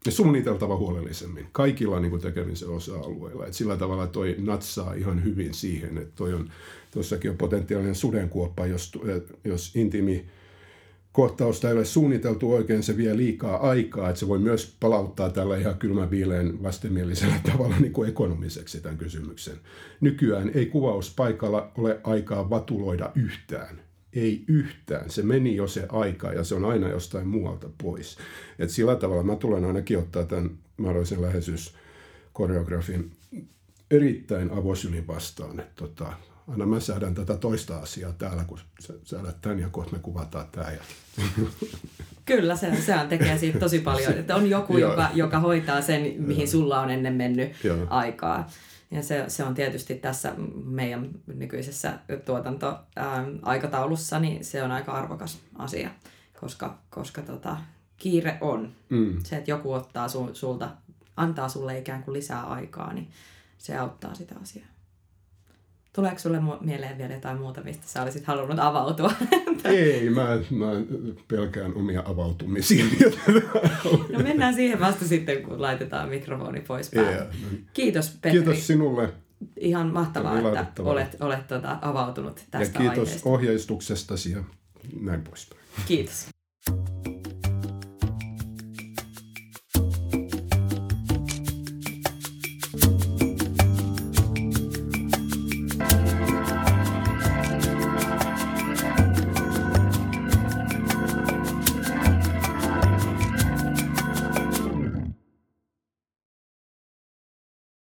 suunniteltava huolellisemmin kaikilla niin kuin tekemisen osa-alueilla. Et sillä tavalla toi natsaa ihan hyvin siihen, että toi on, tuossakin on potentiaalinen sudenkuoppa, jos, jos intiimi kohtausta ei ole suunniteltu oikein, se vie liikaa aikaa, että se voi myös palauttaa tällä ihan kylmäviileen vastenmielisellä tavalla niin kuin ekonomiseksi tämän kysymyksen. Nykyään ei kuvauspaikalla ole aikaa vatuloida yhtään. Ei yhtään. Se meni jo se aika ja se on aina jostain muualta pois. Et sillä tavalla mä tulen ainakin ottaa tämän mahdollisen läheisyyskoreografin erittäin avosylin vastaan. Et tota, aina mä säädän tätä toista asiaa täällä, kun sä säädät tämän ja kohta me kuvataan tämä. Ja... Kyllä, se, sehän tekee siitä tosi paljon. Että on joku, joka, joka hoitaa sen, mihin sulla on ennen mennyt aikaa. Ja se, se on tietysti tässä meidän nykyisessä tuotantoaikataulussa, niin se on aika arvokas asia, koska, koska tota, kiire on. Mm. Se, että joku ottaa su, sulta, antaa sulle ikään kuin lisää aikaa, niin se auttaa sitä asiaa. Tuleeko sulle mieleen vielä jotain muuta, mistä sä olisit halunnut avautua? Ei, mä, mä pelkään omia avautumisia. No mennään siihen vasta sitten, kun laitetaan mikrofoni pois päältä. Yeah, no. Kiitos Petri. Kiitos sinulle. Ihan mahtavaa, että olet, olet tuota, avautunut tästä aiheesta. Ja kiitos aiheesta. Ohjeistuksestasi ja näin poispäin. Kiitos.